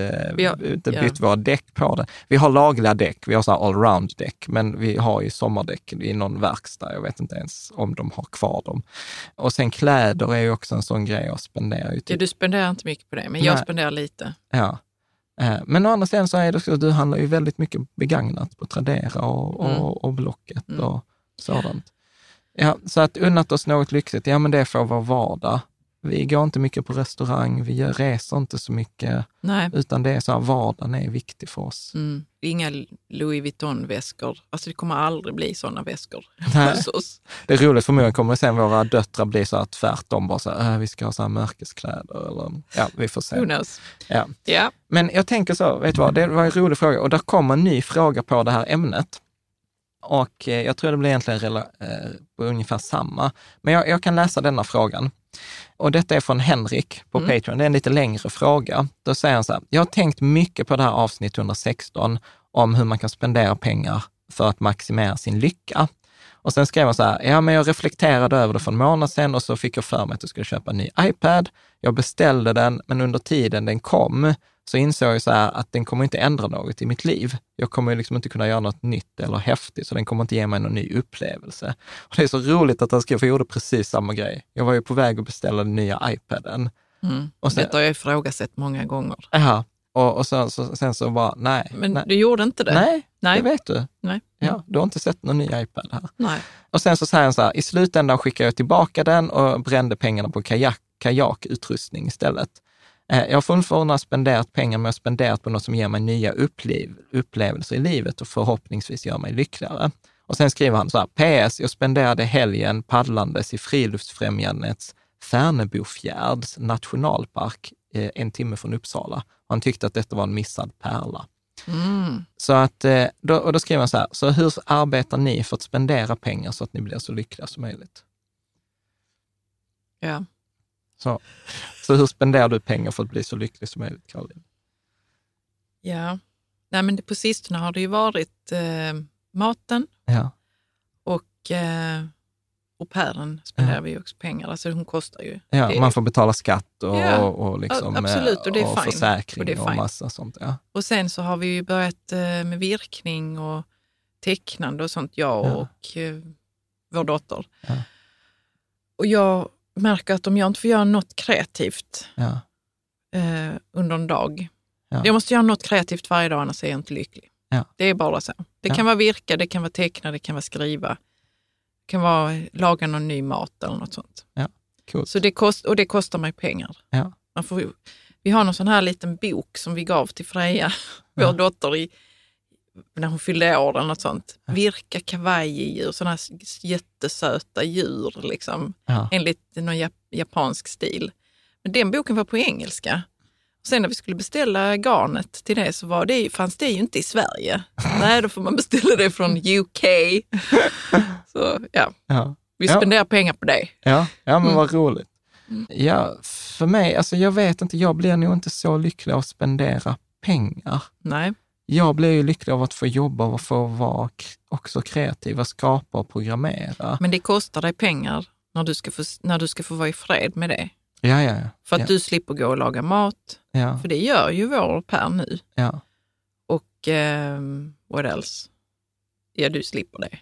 bytt våra däck på det. Vi har lagliga däck, vi har så här allround-däck, men vi har ju sommardäck i någon verkstad. Jag vet inte ens om de har kvar dem. Och sen kläder är ju också en sån grej att spendera. Du spenderar inte mycket på det, men jag spenderar lite. Ja. Men å andra sidan så är det så, du handlar ju väldigt mycket begagnat på Tradera och Blocket och sådant. Ja, så att unnat oss något lyxigt, men det får vara vardag. Vi går inte mycket på restaurang, vi reser inte så mycket. Nej. Utan det är så här, vardagen är viktig för oss. Inga Louis Vuitton-väskor. Alltså det kommer aldrig bli sådana väskor hos oss. Det är roligt, för mig kommer sen våra döttrar bli så här tvärtom. Bara så här, vi ska ha så här mörkeskläder. Eller, vi får se. Who knows? Ja. Yeah. Men jag tänker så, vet du vad, det var en rolig fråga. Och där kommer en ny fråga på det här ämnet. Och jag tror det blir egentligen på ungefär samma. Men jag kan läsa denna frågan. Och detta är från Henrik på Patreon. Det är en lite längre fråga. Då säger han så här: jag har tänkt mycket på det här avsnitt 116 om hur man kan spendera pengar för att maximera sin lycka. Och sen skrev han så här: men jag reflekterade över det för en månad sedan och så fick jag för mig att jag skulle köpa en ny iPad. Jag beställde den, men under tiden den kom så insåg jag så här att den kommer inte ändra något i mitt liv. Jag kommer inte kunna göra något nytt eller häftigt, så den kommer inte ge mig någon ny upplevelse. Och det är så roligt att han skrev, för jag gjorde precis samma grej. Jag var ju på väg att beställa den nya iPaden. Och sen, detta har jag ifrågasatt många gånger. Ja, och sen så bara, nej. Men du gjorde inte det? Nej, det vet du. Nej. Ja, du har inte sett någon ny iPad här. Nej. Och sen så säger han så här: i slutändan skickade jag tillbaka den och brände pengarna på kajakutrustning istället. Jag har fortfarande spenderat pengar, men jag har spenderat på något som ger mig nya upplevelser i livet och förhoppningsvis gör mig lyckligare. Och sen skriver han så här: PS, jag spenderade helgen paddlandes i Friluftsfrämjandets Färnebofjärds nationalpark 1 timme från Uppsala. Han tyckte att detta var en missad pärla. Så att, då skriver han så här: så hur arbetar ni för att spendera pengar så att ni blir så lyckliga som möjligt? Ja. Så hur spenderar du pengar för att bli så lycklig som möjligt, Caroline? Ja, nej men på sistone har det ju varit maten och au pairen spenderar vi ju också pengar. Alltså hon kostar ju. Ja, man får betala skatt och liksom, absolut, och det är och fine. Försäkring och massa sånt. Ja. Och sen så har vi ju börjat med virkning och tecknande och sånt, och vår dotter. Ja. Och jag märker att om jag inte får göra något kreativt under en dag. Ja. Jag måste göra något kreativt varje dag, annars är jag inte lycklig. Ja. Det är bara så. Det kan vara virka, det kan vara teckna, det kan vara skriva. Det kan vara laga någon ny mat eller något sånt. Ja, cool. Så det kostar mig pengar. Ja. Vi har någon sån här liten bok som vi gav till Freja, vår dotter, när hon fyllde år eller något sånt. Virka kawaii-djur, sådana här jättesöta djur liksom, enligt någon japansk stil. Men den boken var på engelska. Och sen när vi skulle beställa garnet till det så fanns det ju inte i Sverige. Nej, då får man beställa det från UK. Så vi spenderar pengar på det. Ja men vad roligt. Ja, för mig, alltså jag vet inte, jag blir nog inte så lycklig av att spendera pengar. Nej. Jag blir ju lycklig av att få jobba och få vara också kreativ, skapa och programmera. Men det kostar dig pengar när du ska få vara i fred med det. Ja. För att du slipper gå och laga mat. Ja. För det gör ju vår Per nu. Ja. Och what else? Ja, du slipper det.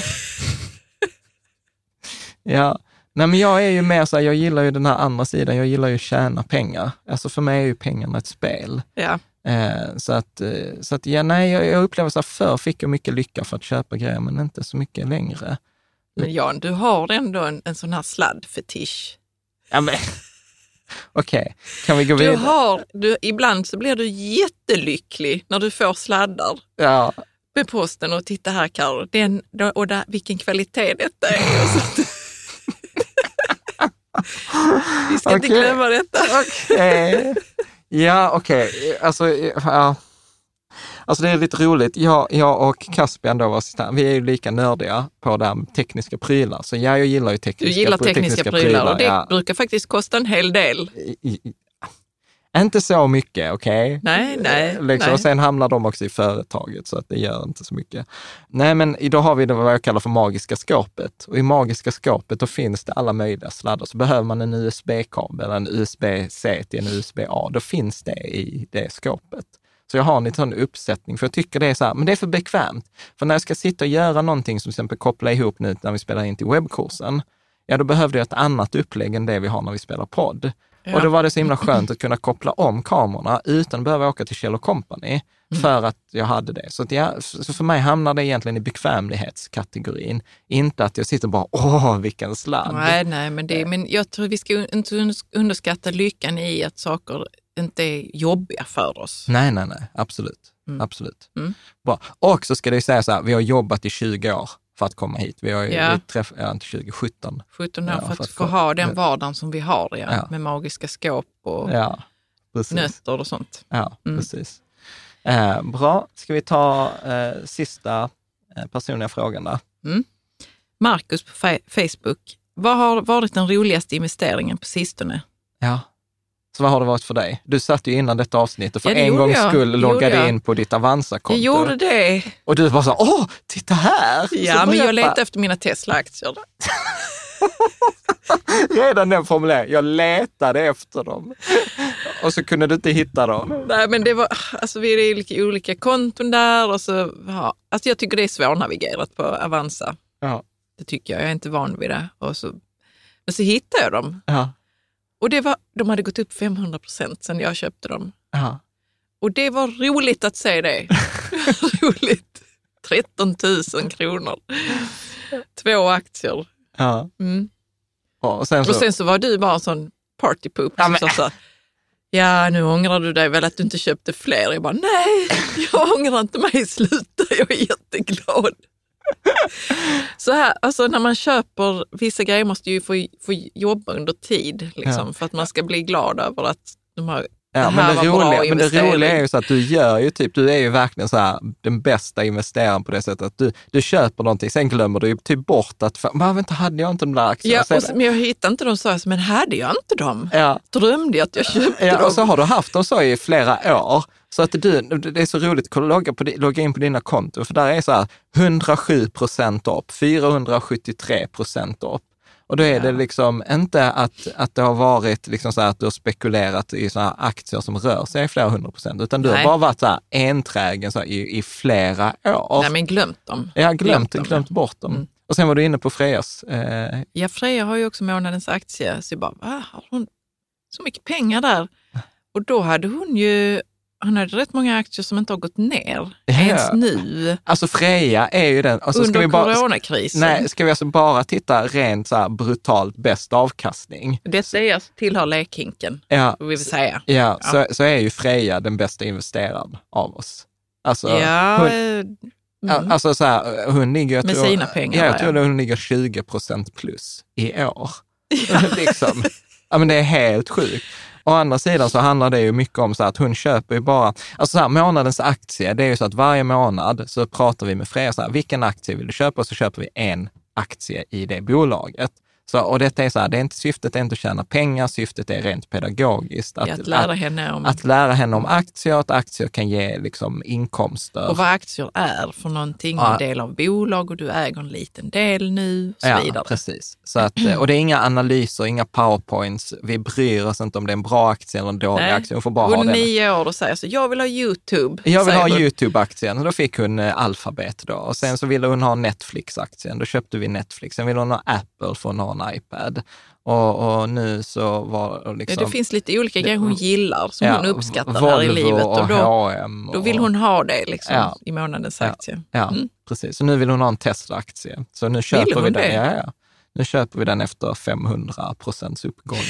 Ja, nej men jag är ju mer så här, jag gillar ju den här andra sidan, jag gillar ju att tjäna pengar. Alltså för mig är ju pengarna ett spel. Ja. Så att ja, nej, jag upplever så här, förr fick jag mycket lycka för att köpa grejer, men inte så mycket längre. Men Jan, du har ändå en sån här sladdfetisch. Ja, men okej, kan vi gå vidare? Ibland så blir du jättelycklig när du får sladdar. Ja. Med posten och titta här, Karo, vilken kvalitet detta är. Och så. Vi ska inte glömma detta. Okej. Ja, okej. Alltså det är lite roligt. Jag och Caspian då, vi är ju lika nördiga på de tekniska prylar. Så jag gillar ju tekniska prylar. Och det brukar faktiskt kosta en hel del. Inte så mycket, okej? Nej. Nej. Och sen hamnar de också i företaget, så att det gör inte så mycket. Nej, men idag har vi det vad jag kallar för magiska skåpet. Och i magiska skåpet då finns det alla möjliga sladdar. Så behöver man en USB-kabel eller en USB-C till en USB-A, då finns det i det skåpet. Så jag har en sån uppsättning, för jag tycker det är så här, men det är för bekvämt. För när jag ska sitta och göra någonting, som till exempel koppla ihop nu när vi spelar in till webbkursen, ja då behövde jag ett annat upplägg än det vi har när vi spelar podd. Ja. Och då var det så himla skönt att kunna koppla om kamerorna utan att behöva åka till Kjell & Company för att jag hade det. Så för mig hamnar det egentligen i bekvämlighetskategorin. Inte att jag sitter och bara, vilken sladd. Nej, men jag tror vi ska inte underskatta lyckan i att saker inte är jobbiga för oss. Nej, absolut. Absolut. Bra. Och så ska det ju säga så här, vi har jobbat i 20 år för att komma hit. Vi har ju träffat 17 år för att få ha den vardagen som vi har, med magiska skåp och nötter och sånt. Ja, precis. Bra, ska vi ta sista personliga frågan där? Marcus på Facebook. Vad har varit den roligaste investeringen på sistone? Ja. Så vad har det varit för dig? Du satt ju innan detta avsnitt och för en gångs skull loggade in på ditt Avanza-konto. Jag gjorde det. Och du var så titta här! Ja, men jag letade efter mina Tesla-aktier. Redan den formuleringen, jag letade efter dem. Och så kunde du inte hitta dem. Nej, men det var, alltså vi är olika konton där och så, alltså jag tycker det är svårnavigerat på Avanza. Ja. Det tycker jag är inte van vid det. Men så hittade jag dem. Ja. Och de hade gått upp 500% sedan jag köpte dem. Ja. Och det var roligt att se det. Roligt. 13 000 kronor. 2 aktier. Ja. Och sen så var du bara en sån partypoop som sa så här, nu ångrar du dig väl att du inte köpte fler. Jag bara, nej, jag ångrar inte mig, sluta, jag är jätteglad. Så här, alltså när man köper vissa grejer måste ju få jobba under tid liksom, för att man ska bli glad över att de har men det roliga är ju så att du gör ju du är ju verkligen så här den bästa investeraren på det sättet att du köper någonting, sen glömmer du ju typ bort att hade jag inte de där aktierna. Ja, men jag hittade inte dem, så men hade jag inte dem? Ja. Drömde jag att jag köpte dem? Och så har du haft dem så i flera år. Så att det är så roligt att logga in på dina konton, för där är så här 107% upp, 473% upp. Och då är det liksom inte att det har varit liksom så här att du har spekulerat i såna här aktier som rör sig i flera 100%, utan du har bara varit så här enträgen så här i flera år. Nej, men glömt dem. Ja, glömt bort dem. Och sen var du inne på Frejas. Ja, Freja har ju också månadens aktie, så jag bara, har hon så mycket pengar där? Och då hade han hade rätt många aktier som inte har gått ner ens nu. Alltså Freja är ju den. Alltså under coronakrisen. Nej, ska vi alltså bara titta rent så här brutalt bäst avkastning? Detta är tillhör lekhinken, vill vi säga. Ja. Så är ju Freja den bästa investeraren av oss. Alltså, alltså så här, hon ligger... Med sina pengar. Jag tror hon ligger 20% plus i år. Liksom. Ja, men det är helt sjukt. Å andra sidan så handlar det ju mycket om så att hon köper ju bara, alltså så här, månadens aktie, det är ju så att varje månad så pratar vi med Freja så här, vilken aktie vill du köpa? Och så köper vi en aktie i det bolaget. Så, och detta är så här, det är inte syftet är inte att tjäna pengar, syftet är rent pedagogiskt. Att lära henne om aktier, att aktier kan ge liksom inkomster. Och vad aktier är för någonting, en del av bolag och du äger en liten del nu och så vidare. Ja, precis. Så att, och det är inga analyser, inga powerpoints, vi bryr oss inte om det är en bra aktie eller en dålig aktie. Hon får bara ha den. 9 år och säger så, jag vill ha YouTube. Jag vill ha YouTube-aktien, och då fick hon Alphabet då. Och sen så ville hon ha Netflix-aktien, då köpte vi Netflix. Sen ville hon ha Apple för att ha en iPad. Och nu så var liksom... det finns lite olika grejer hon gillar som hon uppskattar Volvo här i livet. Och H&M då vill hon ha det liksom i månadens aktie. Ja, precis. Så nu vill hon ha en Tesla-aktie. Så nu köper vi den. Ja. Nu köper vi den efter 500% uppgång.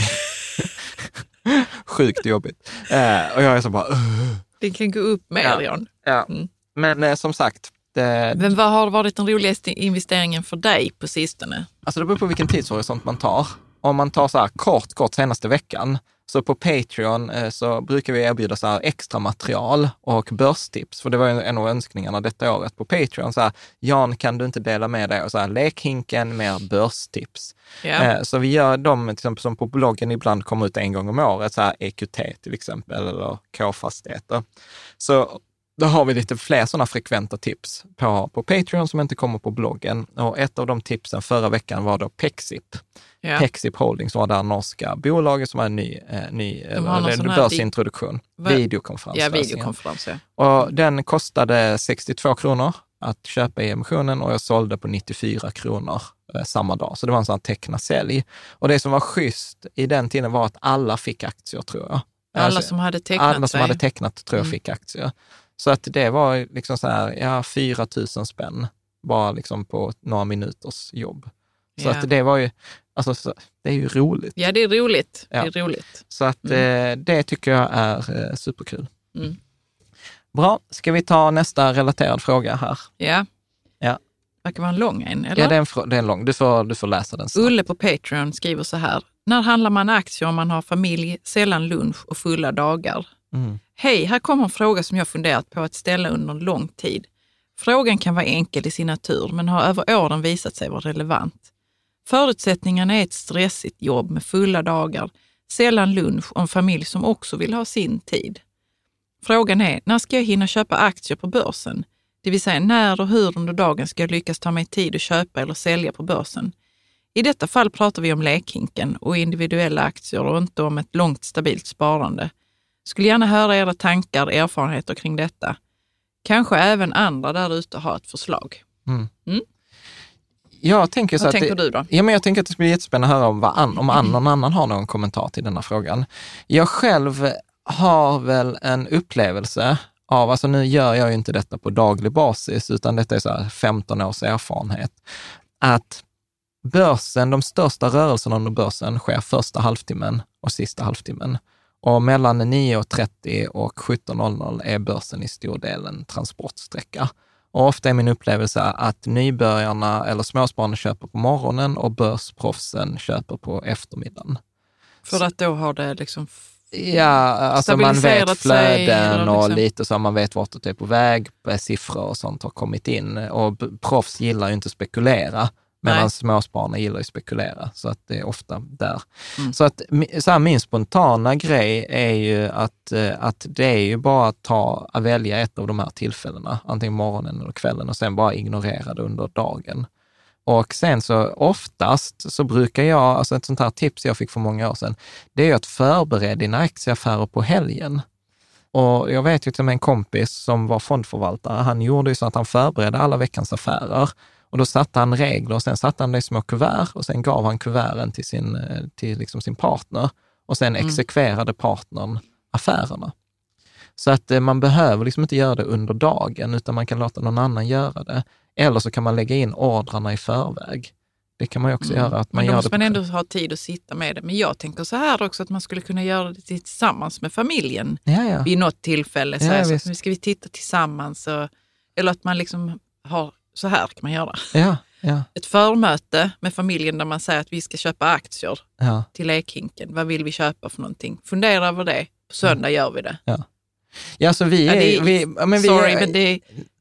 Sjukt jobbigt. Och jag är så bara... Det kan gå upp mer, Jan. Ja. Men som sagt... Men vad har varit den roligaste investeringen för dig på sistone? Alltså det beror på vilken tidshorisont man tar. Om man tar så här kort senaste veckan, så på Patreon så brukar vi erbjuda så här extra material och börstips. För det var ju en av önskningarna detta året på Patreon. Så här, Jan, kan du inte dela med dig? Och så här, lekhinken med börstips. Yeah. Så vi gör dem, till exempel som på bloggen ibland kommer ut en gång om året, så här EQT till exempel, eller K-fastigheter. Så då har vi lite fler sådana frekventa tips på Patreon som inte kommer på bloggen. Och ett av de tipsen förra veckan var då Pexip. Yeah. Pexip Holdings var det norska bolaget som var en ny börsintroduktion. Videokonferens. Ja, videokonferens. Ja. Och den kostade 62 kronor att köpa i emissionen och jag sålde på 94 kronor samma dag. Så det var en sån här teckna-sälj. Och det som var schysst i den tiden var att alla fick aktier, tror jag. Alla som hade tecknat Alla som hade tecknat, tror jag, fick aktier. Så att det var liksom så här, 4 000 spänn bara liksom på några minuters jobb. Så att det var ju, alltså det är ju roligt. Ja, det är roligt. Ja. Det är roligt. Så att det tycker jag är superkul. Bra, ska vi ta nästa relaterad fråga här? Ja. Det kan vara en lång en, eller? Ja, det är en lång. Du får läsa den snart. Ulle på Patreon skriver så här. När handlar man aktier om man har familj, sällan lunch och fulla dagar? Hej, här kommer en fråga som jag funderat på att ställa under en lång tid. Frågan kan vara enkel i sin natur men har över åren visat sig vara relevant. Förutsättningarna är ett stressigt jobb med fulla dagar, sällan lunch och en familj som också vill ha sin tid. Frågan är, när ska jag hinna köpa aktier på börsen? Det vill säga när och hur under dagen ska jag lyckas ta mig tid att köpa eller sälja på börsen? I detta fall pratar vi om lekhinken och individuella aktier och inte om ett långt stabilt sparande. Skulle gärna höra era tankar och erfarenheter kring detta. Kanske även andra där ute har ett förslag. Jag tänker så vad tänker du då? Ja, men jag tänker att det skulle bli jättespännande att höra om någon annan har någon kommentar till denna frågan. Jag själv har väl en upplevelse av, alltså nu gör jag ju inte detta på daglig basis utan detta är så här 15 års erfarenhet, att börsen, de största rörelserna under börsen sker första halvtimmen och sista halvtimmen. Och mellan 9.30 och 17.00 är börsen i stor del en transportsträcka. Och ofta är min upplevelse att nybörjarna eller småspararna köper på morgonen och börsproffsen köper på eftermiddagen. För att då har det liksom alltså man vet flöden liksom. Och lite så man vet vart det är på väg, siffror och sånt har kommit in. Och proffs gillar ju inte att spekulera. Medan småspararna gillar ju spekulera, så att det är ofta där. Så att så här, min spontana grej är ju att det är ju bara att välja ett av de här tillfällena, antingen morgonen eller kvällen, och sen bara ignorera det under dagen. Och sen så oftast så brukar jag, alltså ett sånt här tips jag fick för många år sedan, det är ju att förbereda dina aktieaffärer på helgen. Och jag vet ju till en kompis som var fondförvaltare, han gjorde ju så att han förberedde alla veckans affärer. Och då satte han regler och sen satte han det i små kuvert och sen gav han kuverten till liksom sin partner och sen exekverade partnern affärerna. Så att man behöver liksom inte göra det under dagen utan man kan låta någon annan göra det. Eller så kan man lägga in ordrarna i förväg. Det kan man ju också göra. Att man men då gör måste det man ändå ha tid att sitta med det. Men jag tänker så här också att man skulle kunna göra det tillsammans med familjen vid något tillfälle. Så ska vi titta tillsammans eller att man liksom har, så här kan man göra. Ett förmöte med familjen där man säger att vi ska köpa aktier till lekhinken. Vad vill vi köpa för någonting? Fundera över det. På söndag gör vi det. Ja, så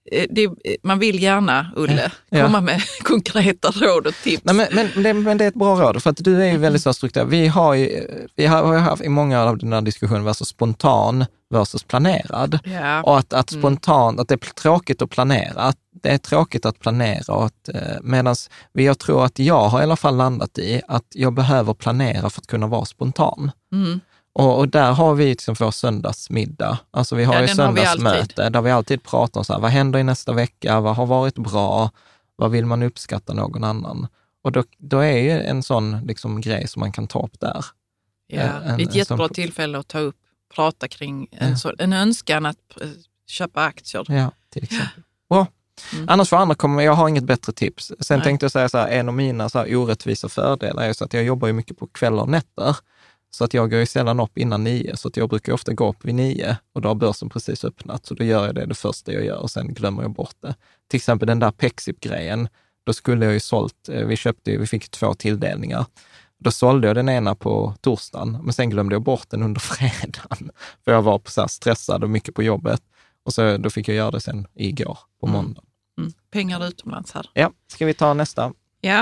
man vill gärna, Olle, komma med konkreta råd och tips. Nej, men det är ett bra råd, för att du är ju väldigt så strukturerad. Vi har haft i många av den här diskussionen versus spontan versus planerad. Ja. Och att spontant, att det är tråkigt att planera. Det är tråkigt att planera, och medan jag tror att jag har i alla fall landat i att jag behöver planera för att kunna vara spontan. Mm. Och där har vi liksom vår söndagsmiddag. Alltså vi har ju söndagsmöte där vi alltid pratar om så här, vad händer i nästa vecka, vad har varit bra, vad vill man uppskatta någon annan. Och då är ju en sån liksom grej som man kan ta upp där. Ja, det är ett jättebra tillfälle att ta upp, prata kring en önskan att köpa aktier. Ja, till exempel. Bra. Annars för andra jag har inget bättre tips. Sen tänkte jag säga så här, en av mina så här orättvisa fördelar är så att jag jobbar ju mycket på kvällar och nätter. Så att jag går ju sällan upp innan 9, så att jag brukar ofta gå upp vid 9 och då har börsen precis öppnat. Så då gör jag det första jag gör och sen glömmer jag bort det. Till exempel den där Pexip-grejen, då skulle jag ju sålt, vi fick 2 tilldelningar. Då sålde jag den ena på torsdagen, men sen glömde jag bort den under fredagen. För jag var så här stressad och mycket på jobbet. Och så då fick jag göra det sen igår på måndag. Pengar utomlands här. Ja, ska vi ta nästa? Ja.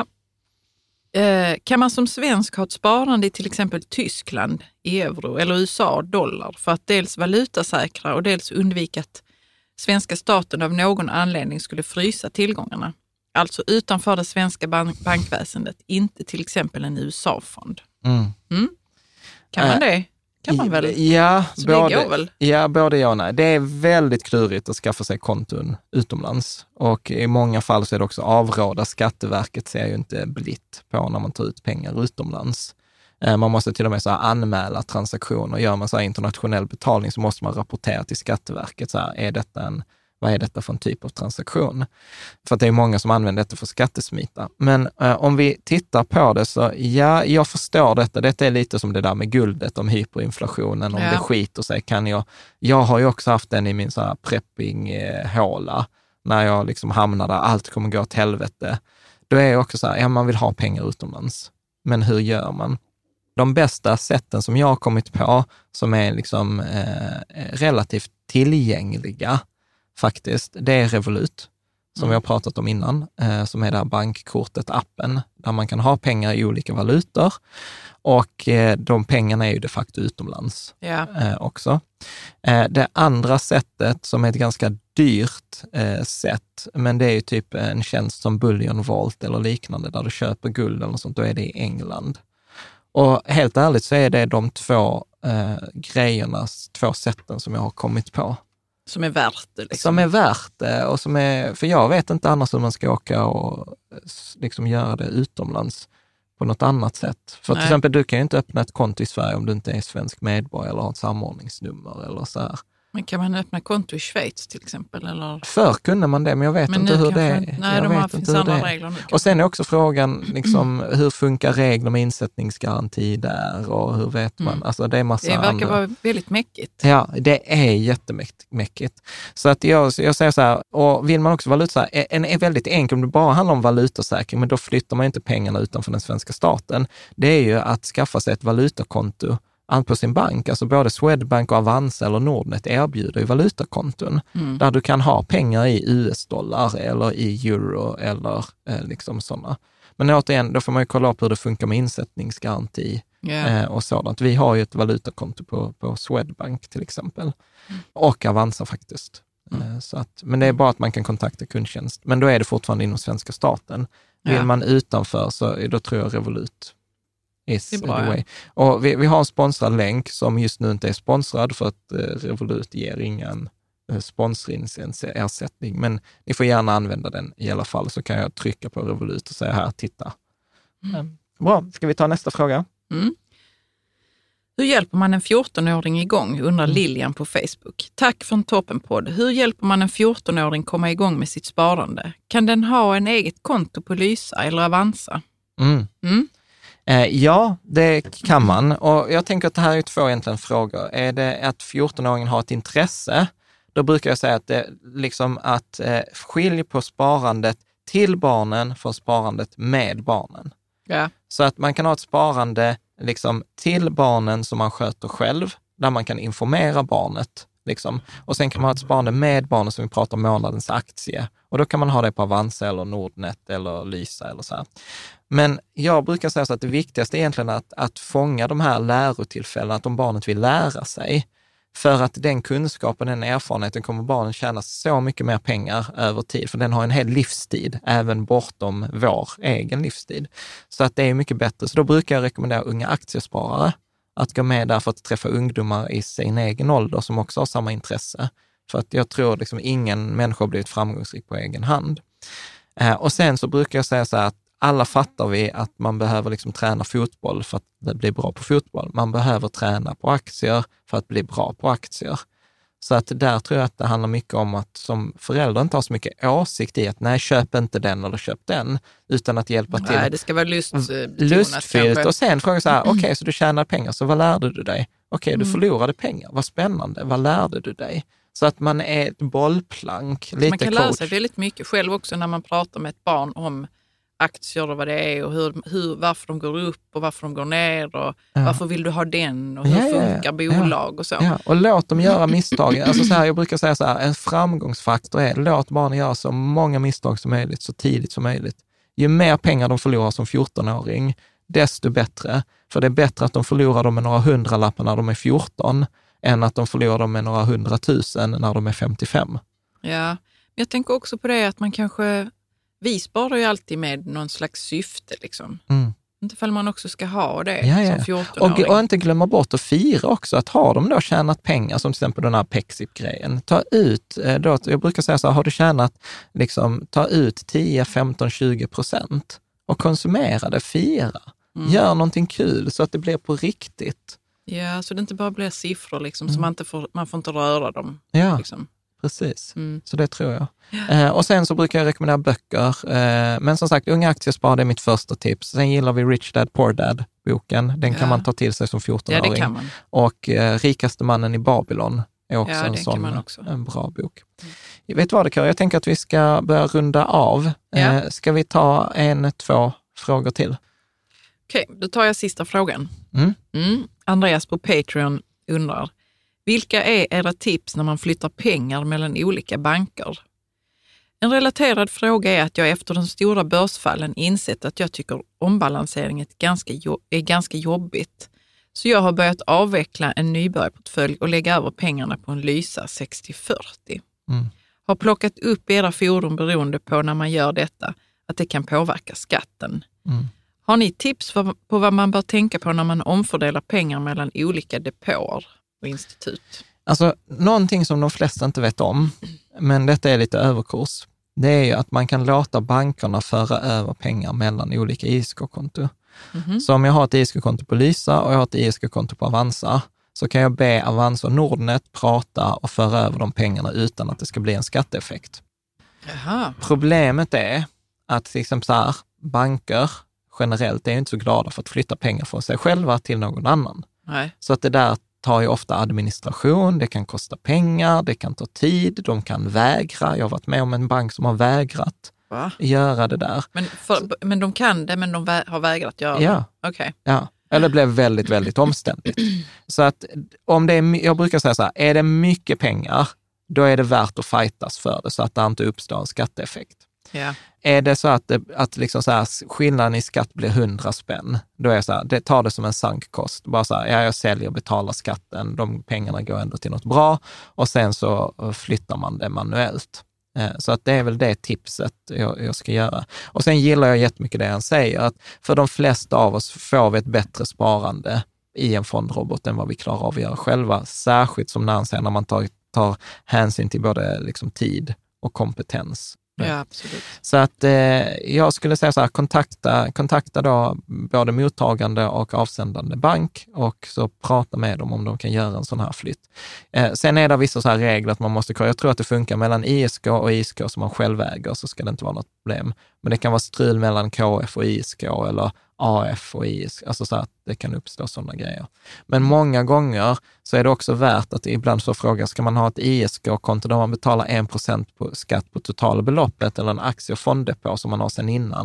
Kan man som svensk ha ett sparande i till exempel Tyskland i euro eller USA dollar för att dels valutasäkra och dels undvika att svenska staten av någon anledning skulle frysa tillgångarna? Alltså utanför det svenska bankväsendet, inte till exempel en USA-fond. Kan man det? Kan man väl? Ja, så det går väl? Ja, både ja och nej. Det är väldigt klurigt att skaffa sig konton utomlands. Och i många fall så är det också avråda. Skatteverket ser ju inte blitt på när man tar ut pengar utomlands. Man måste till och med så här anmäla transaktioner. Gör man så här internationell betalning så måste man rapportera till Skatteverket. Så här, vad är detta för en typ av transaktion? För att det är många som använder detta för skattesmita. Men om vi tittar på det så, ja, jag förstår detta. Detta är lite som det där med guldet, om hyperinflationen, om det skiter sig. Jag har ju också haft den i min så här prepping-håla. När jag liksom hamnar där, allt kommer gå åt helvete. Då är jag också så här, man vill ha pengar utomlands. Men hur gör man? De bästa sätten som jag har kommit på, som är liksom relativt tillgängliga, faktiskt, det är Revolut, som vi har pratat om innan, som är där bankkortet, appen, där man kan ha pengar i olika valutor. Och de pengarna är ju de facto utomlands också. Det andra sättet, som är ett ganska dyrt sätt, men det är ju typ en tjänst som Bullion Vault eller liknande, där du köper guld eller något sånt, då är det i England. Och helt ärligt så är det de 2 två sätten som jag har kommit på. Som är värt det. Liksom. Som är värt det, och för jag vet inte annars hur man ska åka och liksom göra det utomlands på något annat sätt. För till exempel, du kan ju inte öppna ett konto i Sverige om du inte är svensk medborgare eller har ett samordningsnummer eller så här. Men kan man öppna konto i Schweiz till exempel? Eller? Förr kunde man det, men jag vet inte hur det är. Nej, finns andra regler nu. Och sen är också frågan, liksom, hur funkar regler med insättningsgaranti där, och hur vet man? Alltså, det är massa det verkar vara väldigt mäckigt. Ja, det är jättemäckigt. Så att jag säger så här, och vill man också valuta, en är väldigt enkel, om det bara handlar om valutasäkring, men då flyttar man inte pengarna utanför den svenska staten. Det är ju att skaffa sig ett valutakonto på sin bank. Alltså både Swedbank och Avanza eller Nordnet erbjuder ju valutakonton där du kan ha pengar i US-dollar eller i euro eller liksom sådana. Men återigen, då får man ju kolla upp hur det funkar med insättningsgaranti och sådant. Vi har ju ett valutakonto på Swedbank till exempel. Och Avanza faktiskt. Så att, men det är bara att man kan kontakta kundtjänst. Men då är det fortfarande inom svenska staten. Vill man utanför så då tror jag Revolut is the way. Och vi har en sponsrad länk som just nu inte är sponsrad för att Revolut ger ingen sponsringsersättning. Men ni får gärna använda den i alla fall, så kan jag trycka på Revolut och säga här, titta. Bra, ska vi ta nästa fråga? Hur hjälper man en 14-åring igång, undrar Lilian på Facebook. Tack för en toppenpodd. Hur hjälper man en 14-åring komma igång med sitt sparande? Kan den ha en eget konto på Lysa eller Avanza? Ja, det kan man. Och jag tänker att det här är 2 egentligen frågor. Är det att 14-åringen har ett intresse? Då brukar jag säga att det liksom att skilja på sparandet till barnen från sparandet med barnen. Ja. Så att man kan ha ett sparande liksom till barnen som man sköter själv, där man kan informera barnet Liksom. Och sen kan man ha ett sparande med barnen som vi pratar om månadens aktie. Och då kan man ha det på Avanza eller Nordnet eller Lysa eller så här. Men jag brukar säga så att det viktigaste är egentligen att fånga de här lärotillfällena, att om barnet vill lära sig. För att den kunskapen, den erfarenheten kommer barnen tjäna så mycket mer pengar över tid. För den har en hel livstid, även bortom vår egen livstid. Så att det är mycket bättre. Så då brukar jag rekommendera unga aktiesparare att gå med där för att träffa ungdomar i sin egen ålder som också har samma intresse. För att jag tror liksom ingen människa har blivit framgångsrik på egen hand. Och sen så brukar jag säga så här att alla fattar vi att man behöver liksom träna fotboll för att bli bra på fotboll. Man behöver träna på aktier för att bli bra på aktier. Så att där tror jag att det handlar mycket om att som förälder inte ha så mycket åsikt i att nej, köp inte den eller köp den, utan att hjälpa till. Nej, det ska vara lustfyllt. Och sen fråga så här, okej, så du tjänar pengar, så vad lärde du dig? Okej, du förlorade pengar, vad spännande, vad lärde du dig? Så att man är ett bollplank, lite man kan coach. lära sig väldigt mycket själv också när man pratar med ett barn om aktier och vad det är och varför de går upp och varför de går ner och varför vill du ha den och hur funkar bolag och så. Ja. Och låt dem göra misstag. Alltså så här, jag brukar säga så här, en framgångsfaktor är låt barnen göra så många misstag som möjligt, så tidigt som möjligt. Ju mer pengar de förlorar som 14-åring, desto bättre. För det är bättre att de förlorar dem med några 100-lappar när de är 14 än att de förlorar dem med några 100 000 när de är 55. Ja, men jag tänker också på det att man kanske... Vi sparar ju alltid med någon slags syfte liksom. Inte för man också ska ha det som 14-åring. Och inte glömma bort att fira också. Att har de då tjänat pengar, som till exempel den här Pexip-grejen, ta ut, jag brukar säga så här, har du tjänat, liksom, ta ut 10, 15, 20% och konsumera det, fira. Gör någonting kul så att det blir på riktigt. Ja, så det inte bara blir siffror liksom, så man får inte röra dem. Ja. Liksom. Precis, så det tror jag. Och sen så brukar jag rekommendera böcker. Men som sagt, Unga aktiesparare är mitt första tips. Sen gillar vi Rich Dad, Poor Dad-boken. Den kan man ta till sig som 14-åring. Ja, det kan man. Och Rikaste mannen i Babylon är också en sån en bra bok. Vet du vad det kan? Jag tänker att vi ska börja runda av. Ska vi ta 1-2 frågor till? Okej, då tar jag sista frågan. Andreas på Patreon undrar: vilka är era tips när man flyttar pengar mellan olika banker? En relaterad fråga är att jag efter de stora börsfallen insett att jag tycker ombalansering är ganska jobbigt. Så jag har börjat avveckla en nybörjarportfölj och lägga över pengarna på en Lysa 60-40. Har plockat upp era forum beroende på när man gör detta, att det kan påverka skatten. Har ni tips på vad man bör tänka på när man omfördelar pengar mellan olika depåer och institut? Alltså, någonting som de flesta inte vet om, men detta är lite överkurs, det är ju att man kan låta bankerna föra över pengar mellan olika ISK-konto. Så om jag har ett ISK-konto på Lysa och jag har ett ISK-konto på Avanza, så kan jag be Avanza och Nordnet prata och föra över de pengarna utan att det ska bli en skatteeffekt. Jaha. Problemet är att till exempel så här, banker generellt är inte så glada för att flytta pengar från sig själva till någon annan. Nej. Så att det där tar ju ofta administration, det kan kosta pengar, det kan ta tid, de kan vägra. Jag har varit med om en bank som har vägrat göra det där. Men de kan det, men de har vägrat göra det? Ja. Okay. Ja. Eller det blev väldigt, väldigt omständigt. Så att om det är, jag brukar säga så här, är det mycket pengar, då är det värt att fightas för det så att det inte uppstår en skatteeffekt. Ja. Är det så att liksom så här, skillnaden i skatt blir 100 spänn, då är det så här, tar det som en sankkost. Bara så här, jag säljer och betalar skatten, de pengarna går ändå till något bra och sen så flyttar man det manuellt. Så att det är väl det tipset jag ska göra. Och sen gillar jag jättemycket det han säger, att för de flesta av oss får vi ett bättre sparande i en fondrobot än vad vi klarar av att göra själva. Särskilt som när han säger, när man tar hänsyn till både liksom tid och kompetens. Ja, absolut. Så att jag skulle säga så här, kontakta då både mottagande och avsändande bank och så prata med dem om de kan göra en sån här flytt. Sen är det vissa så här regler att man måste, jag tror att det funkar mellan ISK och ISK som man själv äger, så ska det inte vara något problem. Men det kan vara strul mellan KF och ISK eller AF och ISK, alltså så att det kan uppstå sådana grejer. Men många gånger så är det också värt att ibland så fråga, ska man ha ett ISK-konto där man betalar 1% på skatt på totala beloppet eller en aktie- och fonddepå som man har sedan innan,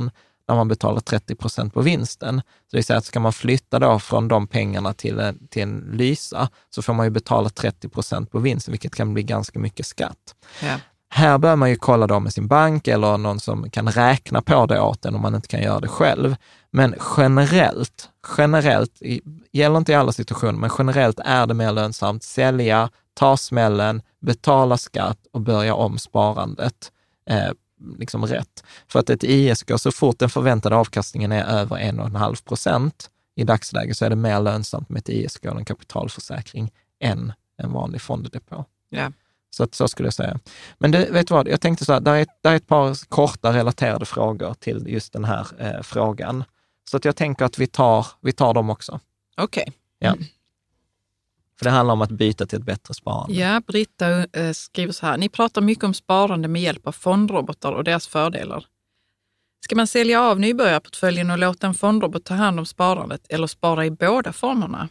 när man betalar 30% på vinsten. Så det vill säga att ska man flytta då från de pengarna till en Lysa, så får man ju betala 30% på vinsten, vilket kan bli ganska mycket skatt. Ja. Här bör man ju kolla då med sin bank eller någon som kan räkna på det åt en om man inte kan göra det själv. Men generellt, gäller inte i alla situationer, men generellt är det mer lönsamt sälja, ta smällen, betala skatt och börja om sparandet liksom rätt. För att ett ISK, så fort den förväntade avkastningen är över 1,5% i dagsläget, så är det mer lönsamt med ett ISK och en kapitalförsäkring än en vanlig fonddepå. Ja. Så skulle jag säga. Men vet du vad, jag tänkte så här, där är ett par korta relaterade frågor till just den här frågan. Så att jag tänker att vi tar dem också. Okej. Ja. För det handlar om att byta till ett bättre sparande. Ja, Britta skriver så här. Ni pratar mycket om sparande med hjälp av fondrobotar och deras fördelar. Ska man sälja av nybörjarportföljen och låta en fondrobot ta hand om sparandet eller spara i båda formerna?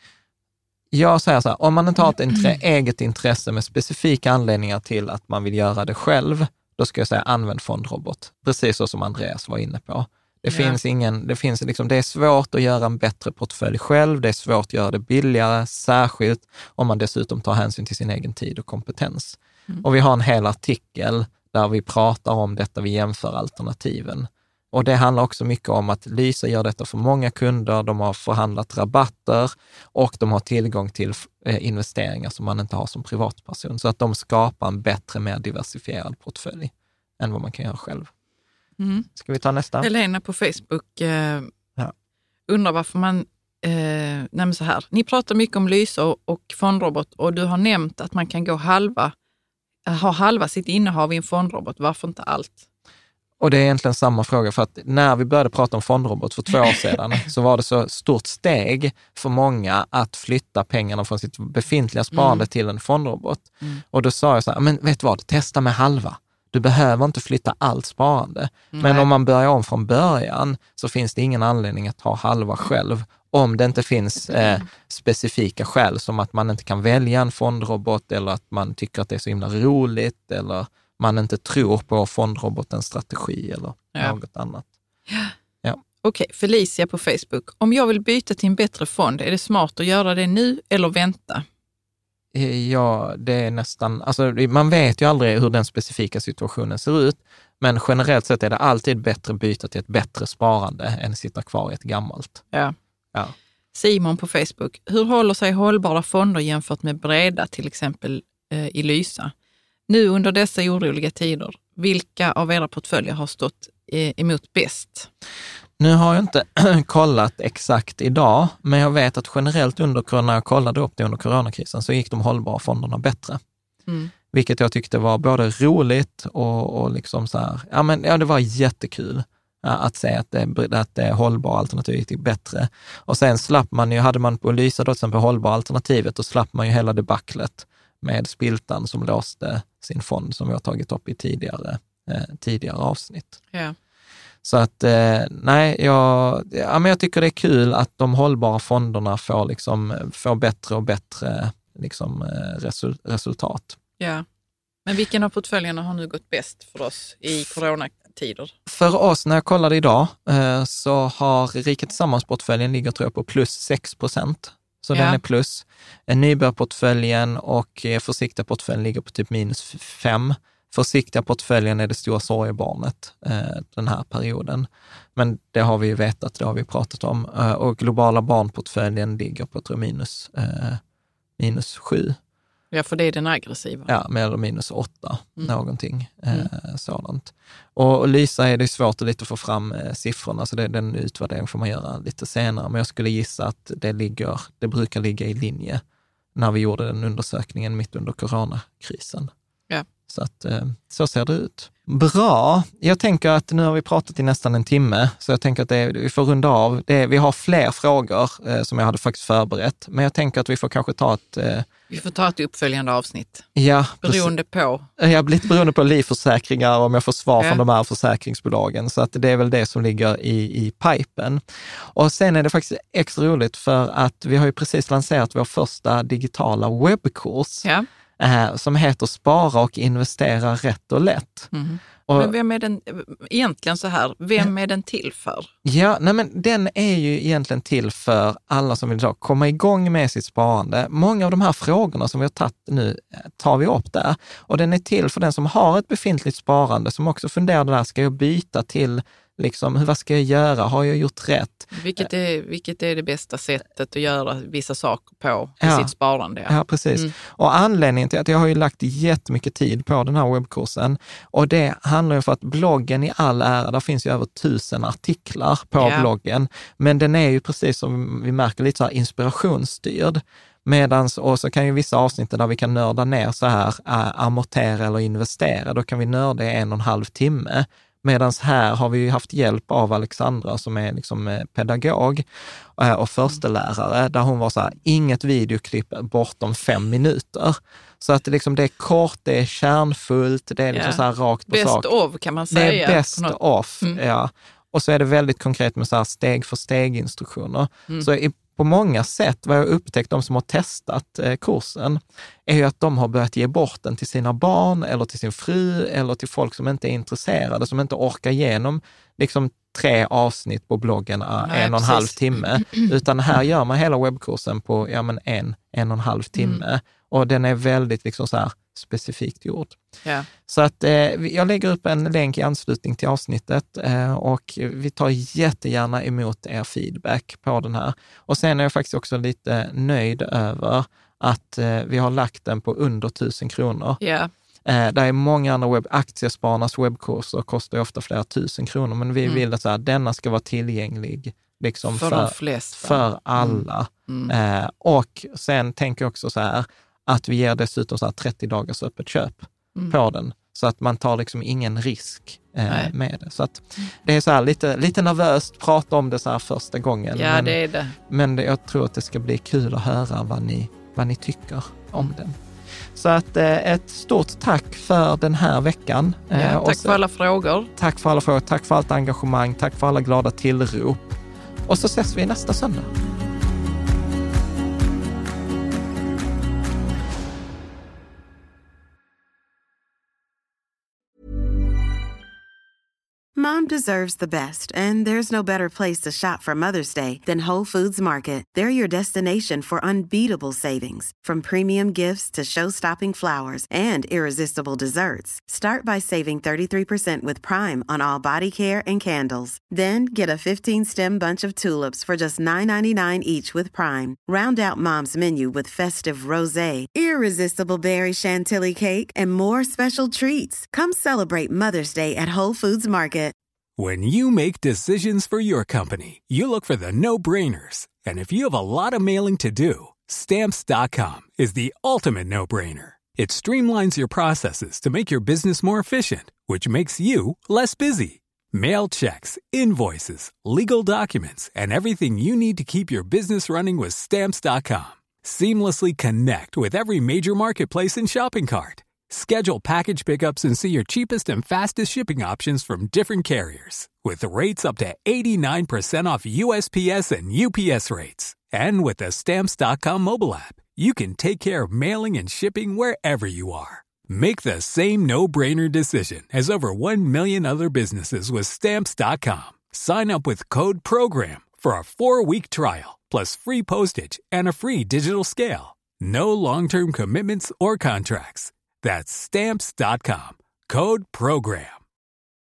Jag säger så här, om man inte har ett eget intresse med specifika anledningar till att man vill göra det själv, då ska jag säga använd fondrobot. Precis så som Andreas var inne på. Det är svårt att göra en bättre portfölj själv, det är svårt att göra det billigare, särskilt om man dessutom tar hänsyn till sin egen tid och kompetens. Och vi har en hel artikel där vi pratar om detta, vi jämför alternativen. Och det handlar också mycket om att Lysa gör detta för många kunder, de har förhandlat rabatter och de har tillgång till investeringar som man inte har som privatperson. Så att de skapar en bättre, mer diversifierad portfölj än vad man kan göra själv. Ska vi ta nästa? Helena på Facebook undrar varför man nämner så här. Ni pratar mycket om Lysa och fondrobot och du har nämnt att man kan ha halva sitt innehav i en fondrobot. Varför inte allt? Och det är egentligen samma fråga, för att när vi började prata om fondrobot för 2 år sedan så var det så stort steg för många att flytta pengarna från sitt befintliga sparande till en fondrobot. Och då sa jag så här, men vet du vad, testa med halva. Du behöver inte flytta allt sparande. Men om man börjar om från början så finns det ingen anledning att ha halva själv. Om det inte finns specifika skäl som att man inte kan välja en fondrobot eller att man tycker att det är så himla roligt eller man inte tror på fondrobotens strategi eller något annat. Ja. Okej, Felicia på Facebook. Om jag vill byta till en bättre fond, är det smart att göra det nu eller vänta? Ja, det är nästan, alltså man vet ju aldrig hur den specifika situationen ser ut, men generellt sett är det alltid bättre att byta till ett bättre sparande än att sitta kvar i ett gammalt. Ja. Simon på Facebook. Hur håller sig hållbara fonder jämfört med breda, till exempel i Lysa? Nu under dessa oroliga tider, vilka av era portföljer har stått emot bäst? Nu har jag inte kollat exakt idag, men jag vet att generellt när jag kollade upp det under coronakrisen så gick de hållbara fonderna bättre. Vilket jag tyckte var både roligt och liksom så här, det var jättekul att se att det hållbara alternativet gick bättre. Och sen hade man på Lysa då till exempel hållbara alternativet, och slapp man ju hela debaclet med Spiltan som låste sin fond som vi har tagit upp i tidigare avsnitt. Ja. Så att, jag tycker det är kul att de hållbara fonderna får bättre och bättre resultat. Ja, men vilken av portföljerna har nu gått bäst för oss i coronatider? För oss, när jag kollade idag, så har Riket Tillsammans-portföljen ligger tror jag på plus 6%. Så den är plus. Nybörjarportföljen och försiktiga portföljen ligger på typ minus 5%. Försiktiga portföljen är det stora sorgebarnet den här perioden. Men det har vi ju vetat, det har vi pratat om. Och globala barnportföljen ligger på minus 7. Ja, för det är den aggressiva. Ja, mer eller minus 8, någonting sådant. Och Lysa är det svårt att lite få fram siffrorna, så den utvärderingen får man göra lite senare. Men jag skulle gissa att det brukar ligga i linje när vi gjorde den undersökningen mitt under coronakrisen. Ja. Så att så ser det ut. Bra. Jag tänker att nu har vi pratat i nästan en timme, så jag tänker att vi får runda av. Vi har fler frågor som jag hade faktiskt förberett, men jag tänker att vi får kanske ta Vi får ta ett uppföljande avsnitt. Ja, beroende på. Lite beroende på livförsäkringar, om jag får svar från de här försäkringsbolagen. Så att det är väl det som ligger i pipen. Och sen är det faktiskt extra roligt för att vi har ju precis lanserat vår första digitala webbkurs. Ja. Som heter Spara och investera rätt och lätt. Men vem är den, egentligen så här, vem är den till för? Ja, nej men den är ju egentligen till för alla som vill komma igång med sitt sparande. Många av de här frågorna som vi har tagit nu tar vi upp där. Och den är till för den som har ett befintligt sparande, som också funderar där, ska jag byta till liksom, vad ska jag göra? Har jag gjort rätt? Vilket är det bästa sättet att göra vissa saker på i sitt sparande? Ja, precis. Och anledningen till att jag har ju lagt jättemycket tid på den här webbkursen, och det handlar ju för att bloggen i all ära, där finns ju över 1000 artiklar på bloggen, men den är ju precis som vi märker lite så här inspirationsstyrd. Och så kan ju vissa avsnitt där vi kan nörda ner så här, amortera eller investera, då kan vi nörda i 1,5 timme. Medan här har vi ju haft hjälp av Alexandra som är liksom pedagog och förstelärare, där hon var så här, inget videoklipp bortom 5 minuter. Så att liksom det är kort, det är kärnfullt, det är liksom så här rakt på sak. Best of kan man säga. Det är best of, ja. Och så är det väldigt konkret med så här steg för steg instruktioner. Så på många sätt, vad jag upptäckt, de som har testat kursen, är ju att de har börjat ge bort den till sina barn eller till sin fru eller till folk som inte är intresserade, som inte orkar igenom liksom 3 avsnitt på bloggen 1,5 timme. Utan här gör man hela webbkursen på 1,5 timme. Och den är väldigt liksom så här specifikt gjord. Ja. Så att jag lägger upp en länk i anslutning till avsnittet och vi tar jättegärna emot er feedback på den här. Och sen är jag faktiskt också lite nöjd över att vi har lagt den på under 1000 kronor. Ja. Det är många andra aktiespararnas webbkurser, kostar ju ofta flera 1000 kronor, men vi vill att så här, denna ska vara tillgänglig liksom för alla. Och sen tänker jag också så här, att vi ger dessutom så här 30 dagars öppet köp på den. Så att man tar liksom ingen risk med det. Så att det är så här lite nervöst prata om det så här första gången. Ja, men, det är det. Men jag tror att det ska bli kul att höra vad ni tycker om den. Så att ett stort tack för den här veckan. Tack för alla frågor. Tack för alla frågor, tack för allt engagemang, tack för alla glada tillrop. Och så ses vi nästa söndag. Mom deserves the best, and there's no better place to shop for Mother's Day than Whole Foods Market. They're your destination for unbeatable savings, from premium gifts to show-stopping flowers and irresistible desserts. Start by saving 33% with Prime on all body care and candles. Then get a 15-stem bunch of tulips for just $9.99 each with Prime. Round out Mom's menu with festive rosé, irresistible berry chantilly cake, and more special treats. Come celebrate Mother's Day at Whole Foods Market. When you make decisions for your company, you look for the no-brainers. And if you have a lot of mailing to do, Stamps.com is the ultimate no-brainer. It streamlines your processes to make your business more efficient, which makes you less busy. Mail checks, invoices, legal documents, and everything you need to keep your business running with Stamps.com. Seamlessly connect with every major marketplace and shopping cart. Schedule package pickups and see your cheapest and fastest shipping options from different carriers. With rates up to 89% off USPS and UPS rates. And with the Stamps.com mobile app, you can take care of mailing and shipping wherever you are. Make the same no-brainer decision as over 1 million other businesses with Stamps.com. Sign up with code PROGRAM for a 4-week trial, plus free postage and a free digital scale. No long-term commitments or contracts. That's Stamps.com. Code PROGRAM.